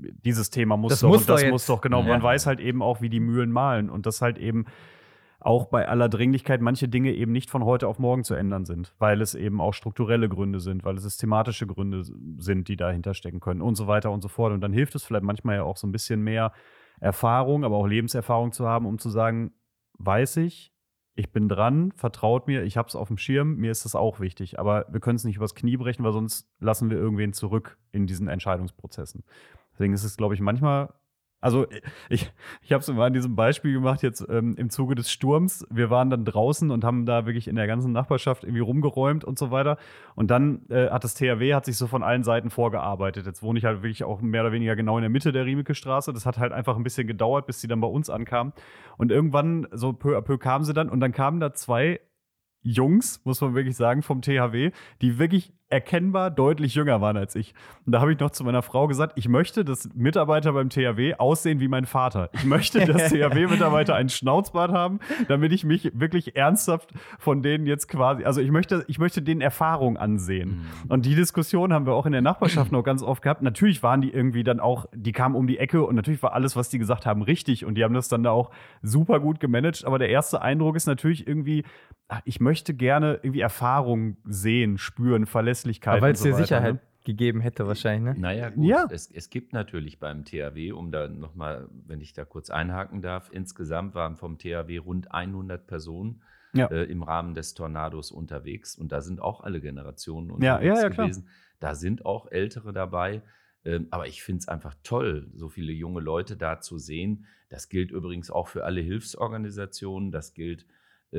[SPEAKER 2] Thema muss
[SPEAKER 1] Das
[SPEAKER 2] doch
[SPEAKER 1] muss
[SPEAKER 2] und das
[SPEAKER 1] doch
[SPEAKER 2] muss
[SPEAKER 1] jetzt.
[SPEAKER 2] doch, genau.
[SPEAKER 1] Ja.
[SPEAKER 2] Man weiß halt eben auch, wie die Mühlen mahlen und das halt eben auch bei aller Dringlichkeit manche Dinge eben nicht von heute auf morgen zu ändern sind, weil es eben auch strukturelle Gründe sind, weil es systematische Gründe sind, die dahinter stecken können und so weiter und so fort. Und dann hilft es vielleicht manchmal ja auch so ein bisschen mehr Erfahrung, aber auch Lebenserfahrung zu haben, um zu sagen, weiß ich bin dran, vertraut mir, ich habe es auf dem Schirm, mir ist das auch wichtig. Aber wir können es nicht übers Knie brechen, weil sonst lassen wir irgendwen zurück in diesen Entscheidungsprozessen. Deswegen ist es, glaube ich, manchmal. Also ich habe es mal an diesem Beispiel gemacht, jetzt im Zuge des Sturms. Wir waren dann draußen und haben da wirklich in der ganzen Nachbarschaft irgendwie rumgeräumt und so weiter. Und dann hat das THW sich so von allen Seiten vorgearbeitet. Jetzt wohne ich halt wirklich auch mehr oder weniger genau in der Mitte der Riemeke-Straße. Das hat halt einfach ein bisschen gedauert, bis sie dann bei uns ankamen. Und irgendwann, so peu à peu, kamen sie dann. Und dann kamen da 2 Jungs, muss man wirklich sagen, vom THW, die wirklich erkennbar deutlich jünger waren als ich. Und da habe ich noch zu meiner Frau gesagt, ich möchte, dass Mitarbeiter beim THW aussehen wie mein Vater. Ich möchte, dass THW-Mitarbeiter einen Schnauzbart haben, damit ich mich wirklich ernsthaft von denen jetzt quasi, also ich möchte denen Erfahrung ansehen. Und die Diskussion haben wir auch in der Nachbarschaft noch ganz oft gehabt. Natürlich waren die irgendwie dann auch, die kamen um die Ecke und natürlich war alles, was die gesagt haben, richtig. Und die haben das dann da auch super gut gemanagt. Aber der erste Eindruck ist natürlich irgendwie, ich möchte gerne irgendwie Erfahrung sehen, spüren, Verlässlichkeit.
[SPEAKER 1] Aber weil es
[SPEAKER 2] und so
[SPEAKER 1] dir
[SPEAKER 2] weiter,
[SPEAKER 1] Sicherheit
[SPEAKER 2] ne?
[SPEAKER 1] gegeben hätte, wahrscheinlich, ne?
[SPEAKER 3] Naja, gut,
[SPEAKER 2] Ja.
[SPEAKER 3] es gibt natürlich beim THW, um da nochmal, wenn ich da kurz einhaken darf, insgesamt waren vom THW rund 100 Personen
[SPEAKER 2] Ja.
[SPEAKER 3] im Rahmen des Tornados unterwegs. Und da sind auch alle Generationen
[SPEAKER 2] Ja,
[SPEAKER 3] unterwegs
[SPEAKER 2] ja, klar.
[SPEAKER 3] gewesen. Da sind auch Ältere dabei. Aber ich finde es einfach toll, so viele junge Leute da zu sehen. Das gilt übrigens auch für alle Hilfsorganisationen. Das gilt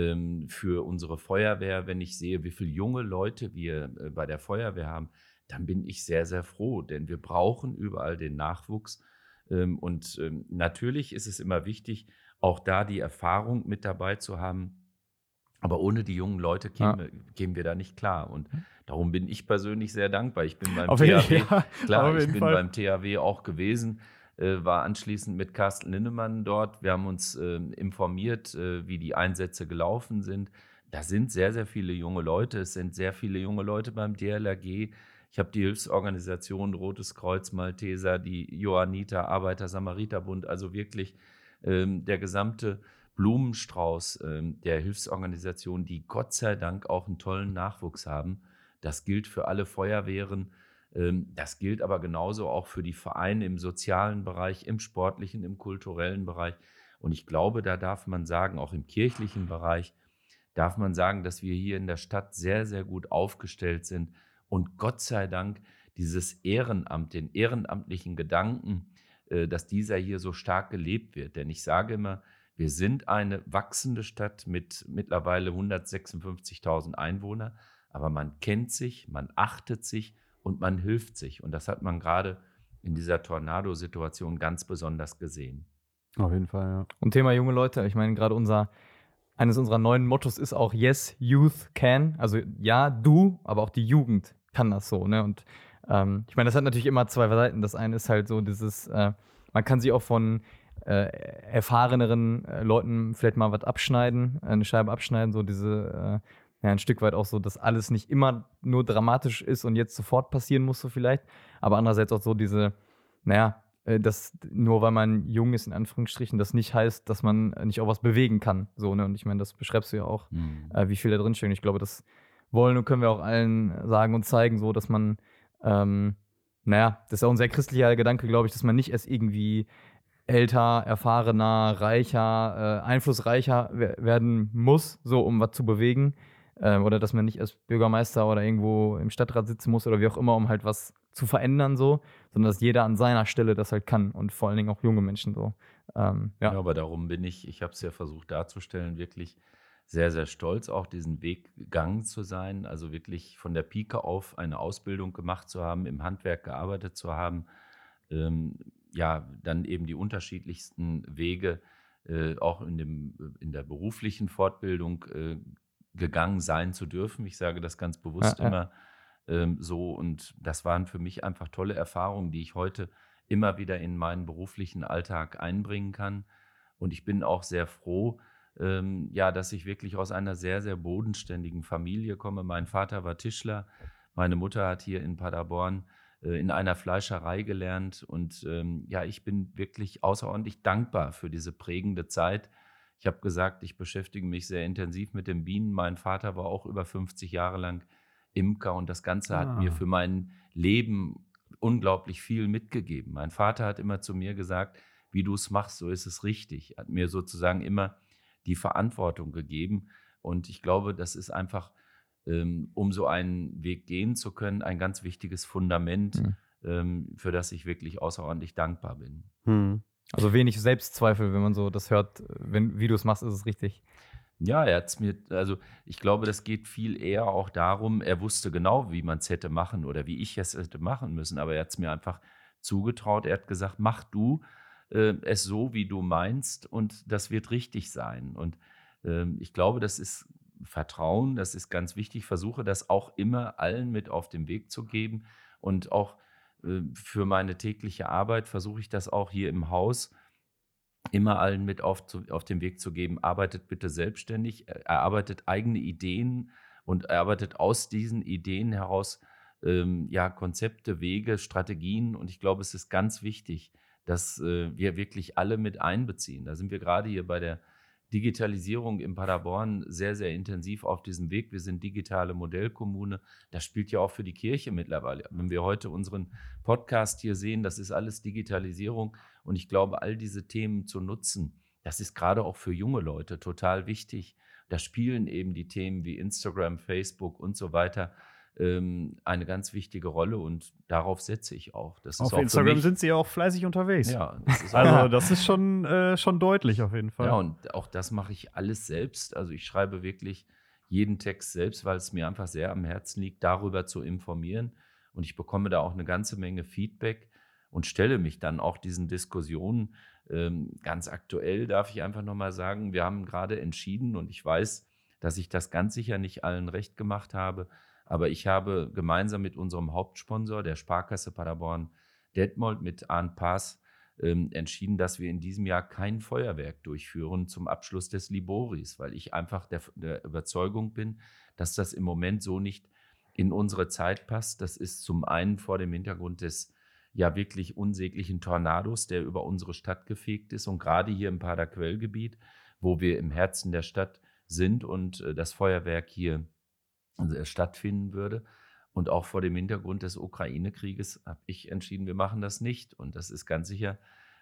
[SPEAKER 3] für unsere Feuerwehr. Wenn ich sehe, wie viele junge Leute wir bei der Feuerwehr haben, dann bin ich sehr, sehr froh, denn wir brauchen überall den Nachwuchs. Und natürlich ist es immer wichtig, auch da die Erfahrung mit dabei zu haben. Aber ohne die jungen Leute kämen wir da nicht klar. Und darum bin ich persönlich sehr dankbar. Ich bin beim THW, klar, ich bin beim THW auch gewesen, war anschließend mit Carsten Linnemann dort. Wir haben uns informiert, wie die Einsätze gelaufen sind. Da sind sehr, sehr viele junge Leute. Es sind sehr viele junge Leute beim DLRG. Ich habe die Hilfsorganisation Rotes Kreuz, Malteser, die Johanniter, Arbeiter-Samariter-Bund, also wirklich der gesamte Blumenstrauß der Hilfsorganisationen, die Gott sei Dank auch einen tollen Nachwuchs haben. Das gilt für alle Feuerwehren. Das gilt aber genauso auch für die Vereine im sozialen Bereich, im sportlichen, im kulturellen Bereich. Und ich glaube, da darf man sagen, auch im kirchlichen Bereich, darf man sagen, dass wir hier in der Stadt sehr, sehr gut aufgestellt sind. Und Gott sei Dank dieses Ehrenamt, den ehrenamtlichen Gedanken, dass dieser hier so stark gelebt wird. Denn ich sage immer, wir sind eine wachsende Stadt mit mittlerweile 156.000 Einwohnern. Aber man kennt sich, man achtet sich und man hilft sich. Und das hat man gerade in dieser Tornado-Situation ganz besonders gesehen.
[SPEAKER 2] Auf jeden Fall, ja.
[SPEAKER 1] Und Thema junge Leute, ich meine, gerade eines unserer neuen Mottos ist auch Yes, Youth can. Also ja, du, aber auch die Jugend kann das so, ne? Und ich meine, das hat natürlich immer 2 Seiten. Das eine ist halt so dieses, man kann sich auch von erfahreneren Leuten vielleicht mal was abschneiden, eine Scheibe abschneiden, so diese, ein Stück weit auch so, dass alles nicht immer nur dramatisch ist und jetzt sofort passieren muss, so vielleicht. Aber andererseits auch so diese, dass nur weil man jung ist, in Anführungsstrichen, das nicht heißt, dass man nicht auch was bewegen kann. So, ne? Und ich meine, das beschreibst du ja auch, wie viel da drin steht. Und ich glaube, das wollen und können wir auch allen sagen und zeigen, so, dass man, das ist auch ein sehr christlicher Gedanke, glaube ich, dass man nicht erst irgendwie älter, erfahrener, reicher, einflussreicher werden muss, so um was zu bewegen. Oder dass man nicht als Bürgermeister oder irgendwo im Stadtrat sitzen muss oder wie auch immer, um halt was zu verändern, so, sondern dass jeder an seiner Stelle das halt kann und vor allen Dingen auch junge Menschen so.
[SPEAKER 3] Ja, aber darum bin ich habe es ja versucht darzustellen, wirklich sehr, sehr stolz, auch diesen Weg gegangen zu sein, also wirklich von der Pike auf eine Ausbildung gemacht zu haben, im Handwerk gearbeitet zu haben, dann eben die unterschiedlichsten Wege auch in der beruflichen Fortbildung gegangen sein zu dürfen. Ich sage das ganz bewusst immer so. Und das waren für mich einfach tolle Erfahrungen, die ich heute immer wieder in meinen beruflichen Alltag einbringen kann. Und ich bin auch sehr froh, dass ich wirklich aus einer sehr, sehr bodenständigen Familie komme. Mein Vater war Tischler, meine Mutter hat hier in Paderborn in einer Fleischerei gelernt und ich bin wirklich außerordentlich dankbar für diese prägende Zeit. Ich habe gesagt, ich beschäftige mich sehr intensiv mit den Bienen. Mein Vater war auch über 50 Jahre lang Imker und das Ganze hat mir für mein Leben unglaublich viel mitgegeben. Mein Vater hat immer zu mir gesagt, wie du es machst, so ist es richtig. Hat mir sozusagen immer die Verantwortung gegeben und ich glaube, das ist einfach, um so einen Weg gehen zu können, ein ganz wichtiges Fundament, für das ich wirklich außerordentlich dankbar bin.
[SPEAKER 1] Also wenig Selbstzweifel, wenn man so das hört, wie du es machst, ist es richtig.
[SPEAKER 3] Ja, ich glaube, das geht viel eher auch darum, er wusste genau, wie man es hätte machen oder wie ich es hätte machen müssen, aber er hat es mir einfach zugetraut. Er hat gesagt, mach du es so, wie du meinst und das wird richtig sein. Und ich glaube, das ist Vertrauen, das ist ganz wichtig. Ich versuche das auch immer allen mit auf den Weg zu geben und auch für meine tägliche Arbeit versuche ich das auch hier im Haus immer allen mit auf den Weg zu geben. Arbeitet bitte selbstständig, erarbeitet eigene Ideen und erarbeitet aus diesen Ideen heraus Konzepte, Wege, Strategien. Und ich glaube, es ist ganz wichtig, dass wir wirklich alle mit einbeziehen. Da sind wir gerade hier bei der Digitalisierung in Paderborn sehr, sehr intensiv auf diesem Weg. Wir sind digitale Modellkommune. Das spielt ja auch für die Kirche mittlerweile. Wenn wir heute unseren Podcast hier sehen, das ist alles Digitalisierung. Und ich glaube, all diese Themen zu nutzen, das ist gerade auch für junge Leute total wichtig. Da spielen eben die Themen wie Instagram, Facebook und so weiter eine ganz wichtige Rolle und darauf setze ich auch. Das ist
[SPEAKER 2] auf
[SPEAKER 3] auch
[SPEAKER 2] Instagram sind sie ja auch fleißig unterwegs.
[SPEAKER 3] Ja,
[SPEAKER 2] das ist schon deutlich auf jeden Fall.
[SPEAKER 3] Ja, und auch das mache ich alles selbst. Also ich schreibe wirklich jeden Text selbst, weil es mir einfach sehr am Herzen liegt, darüber zu informieren. Und ich bekomme da auch eine ganze Menge Feedback und stelle mich dann auch diesen Diskussionen. Ganz aktuell darf ich einfach nochmal sagen, wir haben gerade entschieden und ich weiß, dass ich das ganz sicher nicht allen recht gemacht habe, aber ich habe gemeinsam mit unserem Hauptsponsor, der Sparkasse Paderborn-Detmold, mit Arndt Paas, entschieden, dass wir in diesem Jahr kein Feuerwerk durchführen zum Abschluss des Liboris, weil ich einfach der Überzeugung bin, dass das im Moment so nicht in unsere Zeit passt. Das ist zum einen vor dem Hintergrund des wirklich unsäglichen Tornados, der über unsere Stadt gefegt ist und gerade hier im Paderquellgebiet, wo wir im Herzen der Stadt sind und das Feuerwerk hier stattfinden würde. Und auch vor dem Hintergrund des Ukraine-Krieges habe ich entschieden, wir machen das nicht. Und das ist ganz sicher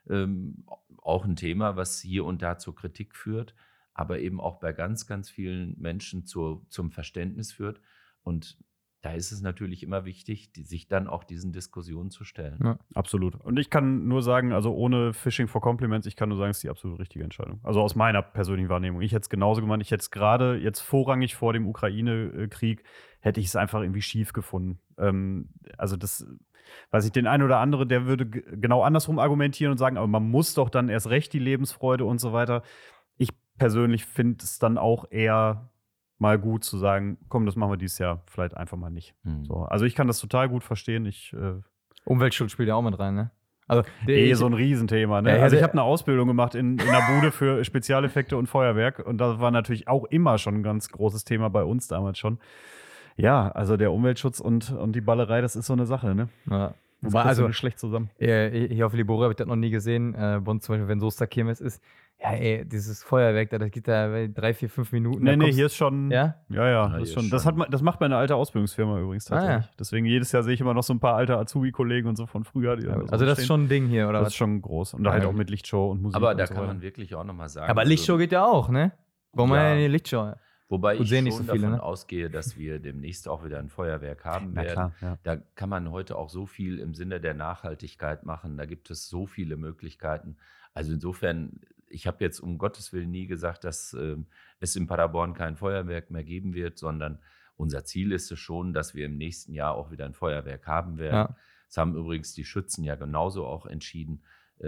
[SPEAKER 3] auch ein Thema, was hier und da zur Kritik führt, aber eben auch bei ganz, ganz vielen Menschen zum Verständnis führt. Und da ist es natürlich immer wichtig, sich dann auch diesen Diskussionen zu stellen.
[SPEAKER 2] Ja, absolut. Und ich kann nur sagen, also ohne Fishing for Compliments, ich kann nur sagen, es ist die absolut richtige Entscheidung. Also aus meiner persönlichen Wahrnehmung. Ich hätte es genauso gemacht. Ich hätte es gerade jetzt vorrangig vor dem Ukraine-Krieg, hätte ich es einfach irgendwie schief gefunden. Also das, weiß ich, den einen oder andere, der würde genau andersrum argumentieren und sagen, aber man muss doch dann erst recht die Lebensfreude und so weiter. Ich persönlich finde es dann auch eher mal gut zu sagen, komm, das machen wir dieses Jahr vielleicht einfach mal nicht. So, also ich kann das total gut verstehen.
[SPEAKER 1] Umweltschutz spielt ja auch mit rein, ne? Also
[SPEAKER 2] so ein Riesenthema, ne? Also ich habe eine Ausbildung gemacht in einer Bude für Spezialeffekte und Feuerwerk und das war natürlich auch immer schon ein ganz großes Thema bei uns damals schon. Ja, also der Umweltschutz und die Ballerei, das ist so eine Sache, ne?
[SPEAKER 1] Ja.
[SPEAKER 2] Das passt also schlecht zusammen.
[SPEAKER 1] Hier auf Libori habe ich das noch nie gesehen. Bei uns zum Beispiel, wenn Soester-Kirmes ist, ja, dieses Feuerwerk, das geht da 3, 4, 5 Minuten.
[SPEAKER 2] Nee, hier ist schon.
[SPEAKER 1] Ja?
[SPEAKER 2] Ja, das ist schon. Das macht meine alte Ausbildungsfirma übrigens tatsächlich. Deswegen jedes Jahr sehe ich immer noch so ein paar alte Azubi-Kollegen und so von früher. Die
[SPEAKER 1] also das ist schon ein Ding hier, oder?
[SPEAKER 2] Das ist schon groß. Und da halt auch mit Lichtshow und Musik.
[SPEAKER 3] Aber da
[SPEAKER 2] so
[SPEAKER 3] kann man wirklich auch nochmal sagen.
[SPEAKER 1] Aber Lichtshow geht ja auch, ne? Warum haben wir eine Lichtshow?
[SPEAKER 3] Wobei ich schon
[SPEAKER 1] so viele,
[SPEAKER 3] davon
[SPEAKER 1] ne?
[SPEAKER 3] ausgehe, dass wir demnächst auch wieder ein Feuerwerk haben werden.
[SPEAKER 2] Klar, ja.
[SPEAKER 3] Da kann man heute auch so viel im Sinne der Nachhaltigkeit machen. Da gibt es so viele Möglichkeiten. Also insofern, ich habe jetzt um Gottes Willen nie gesagt, dass es in Paderborn kein Feuerwerk mehr geben wird, sondern unser Ziel ist es schon, dass wir im nächsten Jahr auch wieder ein Feuerwerk haben werden.
[SPEAKER 1] Ja.
[SPEAKER 3] Das haben übrigens die Schützen ja genauso auch entschieden.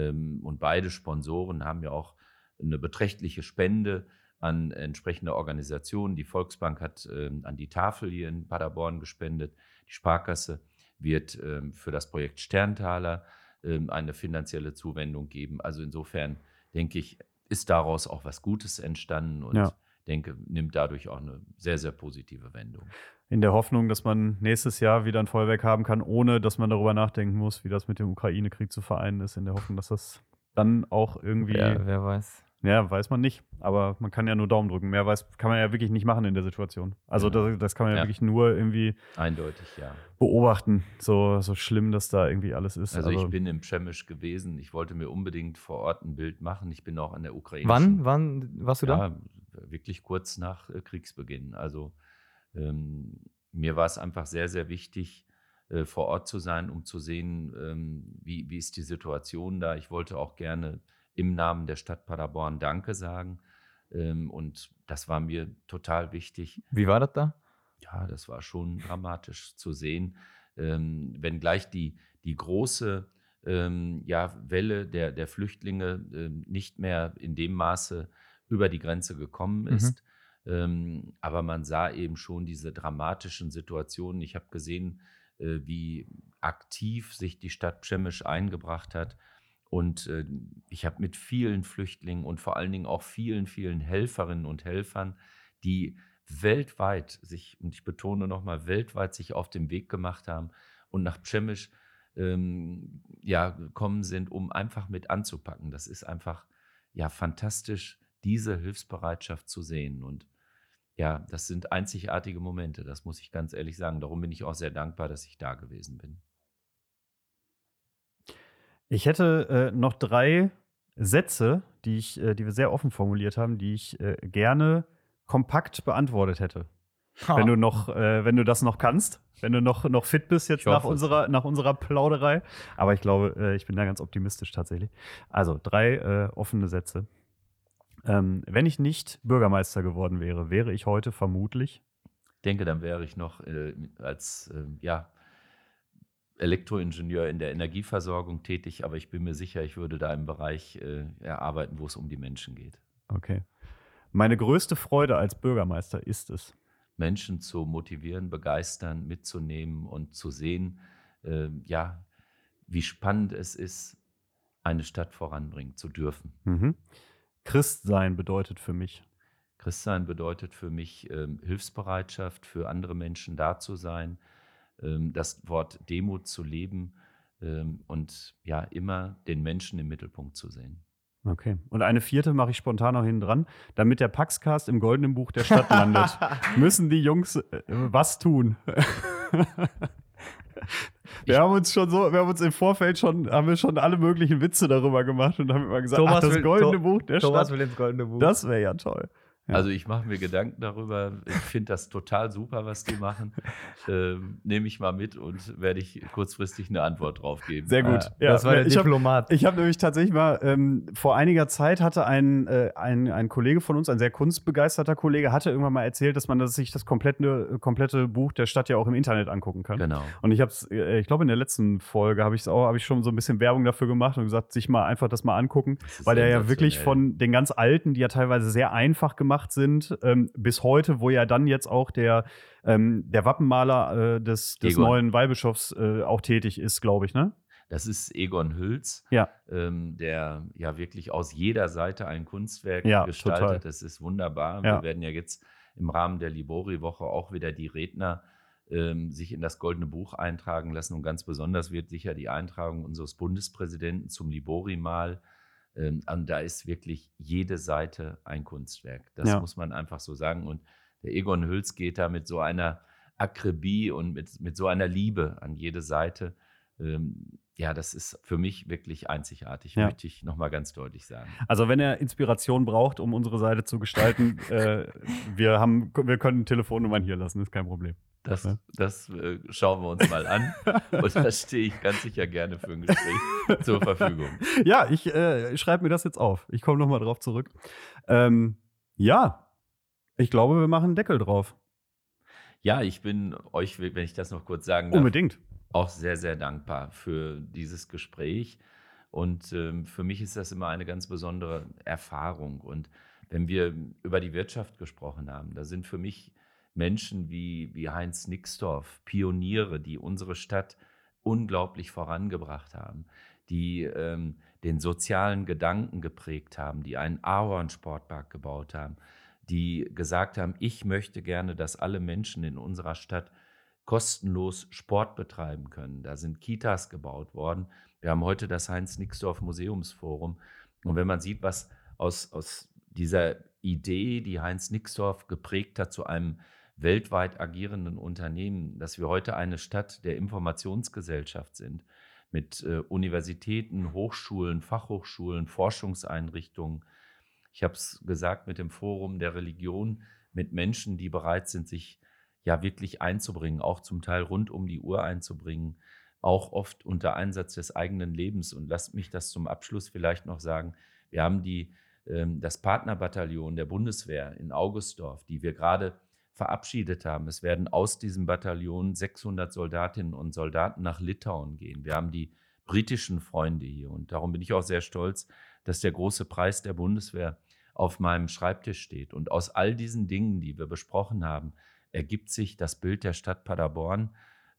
[SPEAKER 3] Und beide Sponsoren haben ja auch eine beträchtliche Spende an entsprechende Organisationen. Die Volksbank hat an die Tafel hier in Paderborn gespendet. Die Sparkasse wird für das Projekt Sterntaler eine finanzielle Zuwendung geben. Also insofern denke ich, ist daraus auch was Gutes entstanden und
[SPEAKER 2] Ja.
[SPEAKER 3] denke, nimmt dadurch auch eine sehr, sehr positive Wendung.
[SPEAKER 2] In der Hoffnung, dass man nächstes Jahr wieder ein Feuerwerk haben kann, ohne dass man darüber nachdenken muss, wie das mit dem Ukraine-Krieg zu vereinen ist. In der Hoffnung, dass das dann auch irgendwie,
[SPEAKER 1] Ja, wer weiß.
[SPEAKER 2] ja, weiß man nicht. Aber man kann ja nur Daumen drücken. Mehr kann man ja wirklich nicht machen in der Situation. Also
[SPEAKER 3] Genau.
[SPEAKER 2] das kann man ja
[SPEAKER 3] Ja.
[SPEAKER 2] wirklich nur irgendwie
[SPEAKER 3] Eindeutig, ja.
[SPEAKER 2] beobachten. So schlimm, dass da irgendwie alles ist.
[SPEAKER 3] Also ich bin im Przemysch gewesen. Ich wollte mir unbedingt vor Ort ein Bild machen. Ich bin auch an der ukrainischen.
[SPEAKER 1] Wann warst du da?
[SPEAKER 3] Ja, wirklich kurz nach Kriegsbeginn. Also mir war es einfach sehr, sehr wichtig, vor Ort zu sein, um zu sehen, wie ist die Situation da. Ich wollte auch gerne im Namen der Stadt Paderborn Danke sagen. Und das war mir total wichtig.
[SPEAKER 1] Wie war das da?
[SPEAKER 3] Ja, das war schon dramatisch zu sehen, wenngleich die große Welle der Flüchtlinge nicht mehr in dem Maße über die Grenze gekommen ist. Aber man sah eben schon diese dramatischen Situationen. Ich habe gesehen, wie aktiv sich die Stadt Przemysch eingebracht hat. Und ich habe mit vielen Flüchtlingen und vor allen Dingen auch vielen, vielen Helferinnen und Helfern, die weltweit und ich betone nochmal, weltweit sich auf den Weg gemacht haben und nach Przemysch gekommen sind, um einfach mit anzupacken. Das ist einfach fantastisch, diese Hilfsbereitschaft zu sehen. Und ja, das sind einzigartige Momente, das muss ich ganz ehrlich sagen. Darum bin ich auch sehr dankbar, dass ich da gewesen bin.
[SPEAKER 2] Ich hätte noch 3 Sätze, die wir sehr offen formuliert haben, die ich gerne kompakt beantwortet hätte. Wenn du das noch kannst, wenn du noch fit bist jetzt nach unserer Plauderei. Aber ich glaube, ich bin da ganz optimistisch tatsächlich. Also 3 offene Sätze. Wenn ich nicht Bürgermeister geworden wäre, wäre ich heute vermutlich.
[SPEAKER 3] Ich denke, dann wäre ich noch als Elektroingenieur in der Energieversorgung tätig, aber ich bin mir sicher, ich würde da im Bereich arbeiten, wo es um die Menschen geht.
[SPEAKER 2] Okay. Meine größte Freude als Bürgermeister ist es,
[SPEAKER 3] Menschen zu motivieren, begeistern, mitzunehmen und zu sehen, wie spannend es ist, eine Stadt voranbringen zu dürfen.
[SPEAKER 2] Christsein bedeutet für mich.
[SPEAKER 3] Christsein bedeutet für mich Hilfsbereitschaft, für andere Menschen da zu sein, das Wort Demut zu leben und immer den Menschen im Mittelpunkt zu sehen.
[SPEAKER 2] Okay. Und eine 4. mache ich spontan noch hinten dran. Damit der Paxcast im Goldenen Buch der Stadt landet, müssen die Jungs was tun. Wir haben uns im Vorfeld schon alle möglichen Witze darüber gemacht und haben immer gesagt, das Goldene Buch der Stadt.
[SPEAKER 1] Thomas will ins Goldene Buch.
[SPEAKER 2] Das wäre ja toll. Ja.
[SPEAKER 3] Also ich mache mir Gedanken darüber. Ich finde das total super, was die machen. Nehme ich mal mit und werde ich kurzfristig eine Antwort drauf geben.
[SPEAKER 2] Sehr gut.
[SPEAKER 1] Das war der Diplomat.
[SPEAKER 2] Ich habe nämlich tatsächlich mal, vor einiger Zeit hatte ein Kollege von uns, ein sehr kunstbegeisterter Kollege, hatte irgendwann mal erzählt, dass man sich das komplette Buch der Stadt ja auch im Internet angucken kann.
[SPEAKER 3] Genau.
[SPEAKER 2] Und ich glaube in der letzten Folge habe ich schon so ein bisschen Werbung dafür gemacht und gesagt, sich mal einfach das mal angucken, weil der ja wirklich von den ganz alten, die ja teilweise sehr einfach gemacht sind, bis heute, wo ja dann jetzt auch der Wappenmaler des neuen Weihbischofs auch tätig ist, glaube ich, ne?
[SPEAKER 3] Das ist Egon Hülz, der ja wirklich aus jeder Seite ein Kunstwerk gestaltet. Total. Das ist wunderbar. Wir werden ja jetzt im Rahmen der Libori-Woche auch wieder die Redner sich in das Goldene Buch eintragen lassen. Und ganz besonders wird sicher die Eintragung unseres Bundespräsidenten zum Libori-Mal. Und da ist wirklich jede Seite ein Kunstwerk. Das muss man einfach so sagen. Und der Egon Hülz geht da mit so einer Akribie und mit so einer Liebe an jede Seite. Das ist für mich wirklich einzigartig, möchte ich nochmal ganz deutlich sagen.
[SPEAKER 2] Also wenn er Inspiration braucht, um unsere Seite zu gestalten, wir können Telefonnummern hier lassen, ist kein Problem.
[SPEAKER 3] Das schauen wir uns mal an. Und da stehe ich ganz sicher gerne für ein Gespräch zur Verfügung.
[SPEAKER 2] Ja, ich schreibe mir das jetzt auf. Ich komme nochmal drauf zurück. Ich glaube, wir machen einen Deckel drauf.
[SPEAKER 3] Ja, ich bin euch, wenn ich das noch kurz sagen darf,
[SPEAKER 2] unbedingt
[SPEAKER 3] auch sehr, sehr dankbar für dieses Gespräch. Und für mich ist das immer eine ganz besondere Erfahrung. Und wenn wir über die Wirtschaft gesprochen haben, da sind für mich Menschen wie Heinz Nixdorf, Pioniere, die unsere Stadt unglaublich vorangebracht haben, die den sozialen Gedanken geprägt haben, die einen Ahorn-Sportpark gebaut haben, die gesagt haben, ich möchte gerne, dass alle Menschen in unserer Stadt kostenlos Sport betreiben können. Da sind Kitas gebaut worden. Wir haben heute das Heinz-Nixdorf Museumsforum. Und wenn man sieht, was aus dieser Idee, die Heinz Nixdorf geprägt hat, zu einem weltweit agierenden Unternehmen, dass wir heute eine Stadt der Informationsgesellschaft sind, mit Universitäten, Hochschulen, Fachhochschulen, Forschungseinrichtungen. Ich habe es gesagt, mit dem Forum der Religion, mit Menschen, die bereit sind, sich ja wirklich einzubringen, auch zum Teil rund um die Uhr einzubringen, auch oft unter Einsatz des eigenen Lebens. Und lasst mich das zum Abschluss vielleicht noch sagen. Wir haben das Partnerbataillon der Bundeswehr in Augustdorf, die wir gerade verabschiedet haben. Es werden aus diesem Bataillon 600 Soldatinnen und Soldaten nach Litauen gehen. Wir haben die britischen Freunde hier. Und darum bin ich auch sehr stolz, dass der große Preis der Bundeswehr auf meinem Schreibtisch steht. Und aus all diesen Dingen, die wir besprochen haben, ergibt sich das Bild der Stadt Paderborn.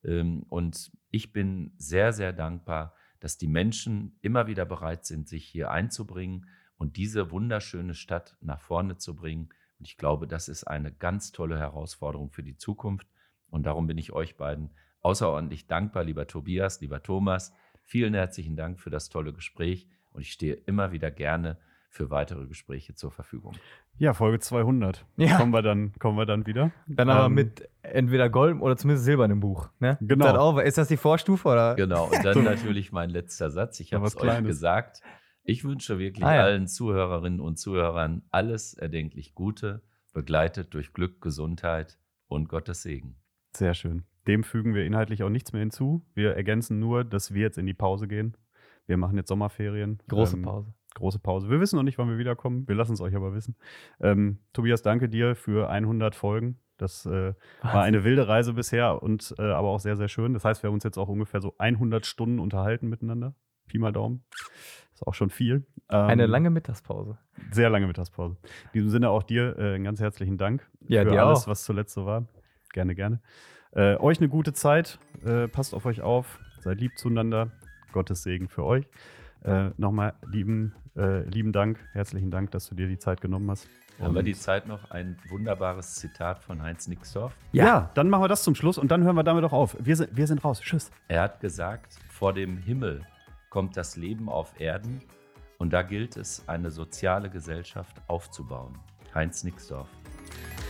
[SPEAKER 3] Und ich bin sehr, sehr dankbar, dass die Menschen immer wieder bereit sind, sich hier einzubringen und diese wunderschöne Stadt nach vorne zu bringen. Und ich glaube, das ist eine ganz tolle Herausforderung für die Zukunft. Und darum bin ich euch beiden außerordentlich dankbar, lieber Tobias, lieber Thomas. Vielen herzlichen Dank für das tolle Gespräch. Und ich stehe immer wieder gerne für weitere Gespräche zur Verfügung.
[SPEAKER 2] Ja, Folge 200.
[SPEAKER 1] Ja.
[SPEAKER 2] Kommen wir dann wieder.
[SPEAKER 1] Dann aber mit entweder Gold oder zumindest silbernem Buch. Ne?
[SPEAKER 2] Genau.
[SPEAKER 1] Ist das die Vorstufe? Oder?
[SPEAKER 3] Genau, und dann natürlich mein letzter Satz. Ich habe es euch gesagt. Ich wünsche wirklich allen Zuhörerinnen und Zuhörern alles erdenklich Gute, begleitet durch Glück, Gesundheit und Gottes Segen.
[SPEAKER 2] Sehr schön. Dem fügen wir inhaltlich auch nichts mehr hinzu. Wir ergänzen nur, dass wir jetzt in die Pause gehen. Wir machen jetzt Sommerferien.
[SPEAKER 1] Große Pause.
[SPEAKER 2] Große Pause. Wir wissen noch nicht, wann wir wiederkommen. Wir lassen es euch aber wissen. Tobias, danke dir für 100 Folgen. Das war eine wilde Reise bisher und aber auch sehr, sehr schön. Das heißt, wir haben uns jetzt auch ungefähr so 100 Stunden unterhalten miteinander. Pi mal Daumen. Ist auch schon viel.
[SPEAKER 1] Eine lange Mittagspause.
[SPEAKER 2] Sehr lange Mittagspause. In diesem Sinne auch dir einen ganz herzlichen Dank
[SPEAKER 1] für
[SPEAKER 2] alles,
[SPEAKER 1] auch.
[SPEAKER 2] Was zuletzt so war. Gerne, gerne. Euch eine gute Zeit. Passt auf euch auf. Seid lieb zueinander. Gottes Segen für euch. Nochmal lieben Dank, herzlichen Dank, dass du dir die Zeit genommen hast.
[SPEAKER 3] Haben wir die Zeit noch ein wunderbares Zitat von Heinz Nixdorf?
[SPEAKER 2] Ja, dann machen wir das zum Schluss und dann hören wir damit auch auf. Wir sind raus. Tschüss.
[SPEAKER 3] Er hat gesagt, vor dem Himmel kommt das Leben auf Erden und da gilt es, eine soziale Gesellschaft aufzubauen. Heinz Nixdorf.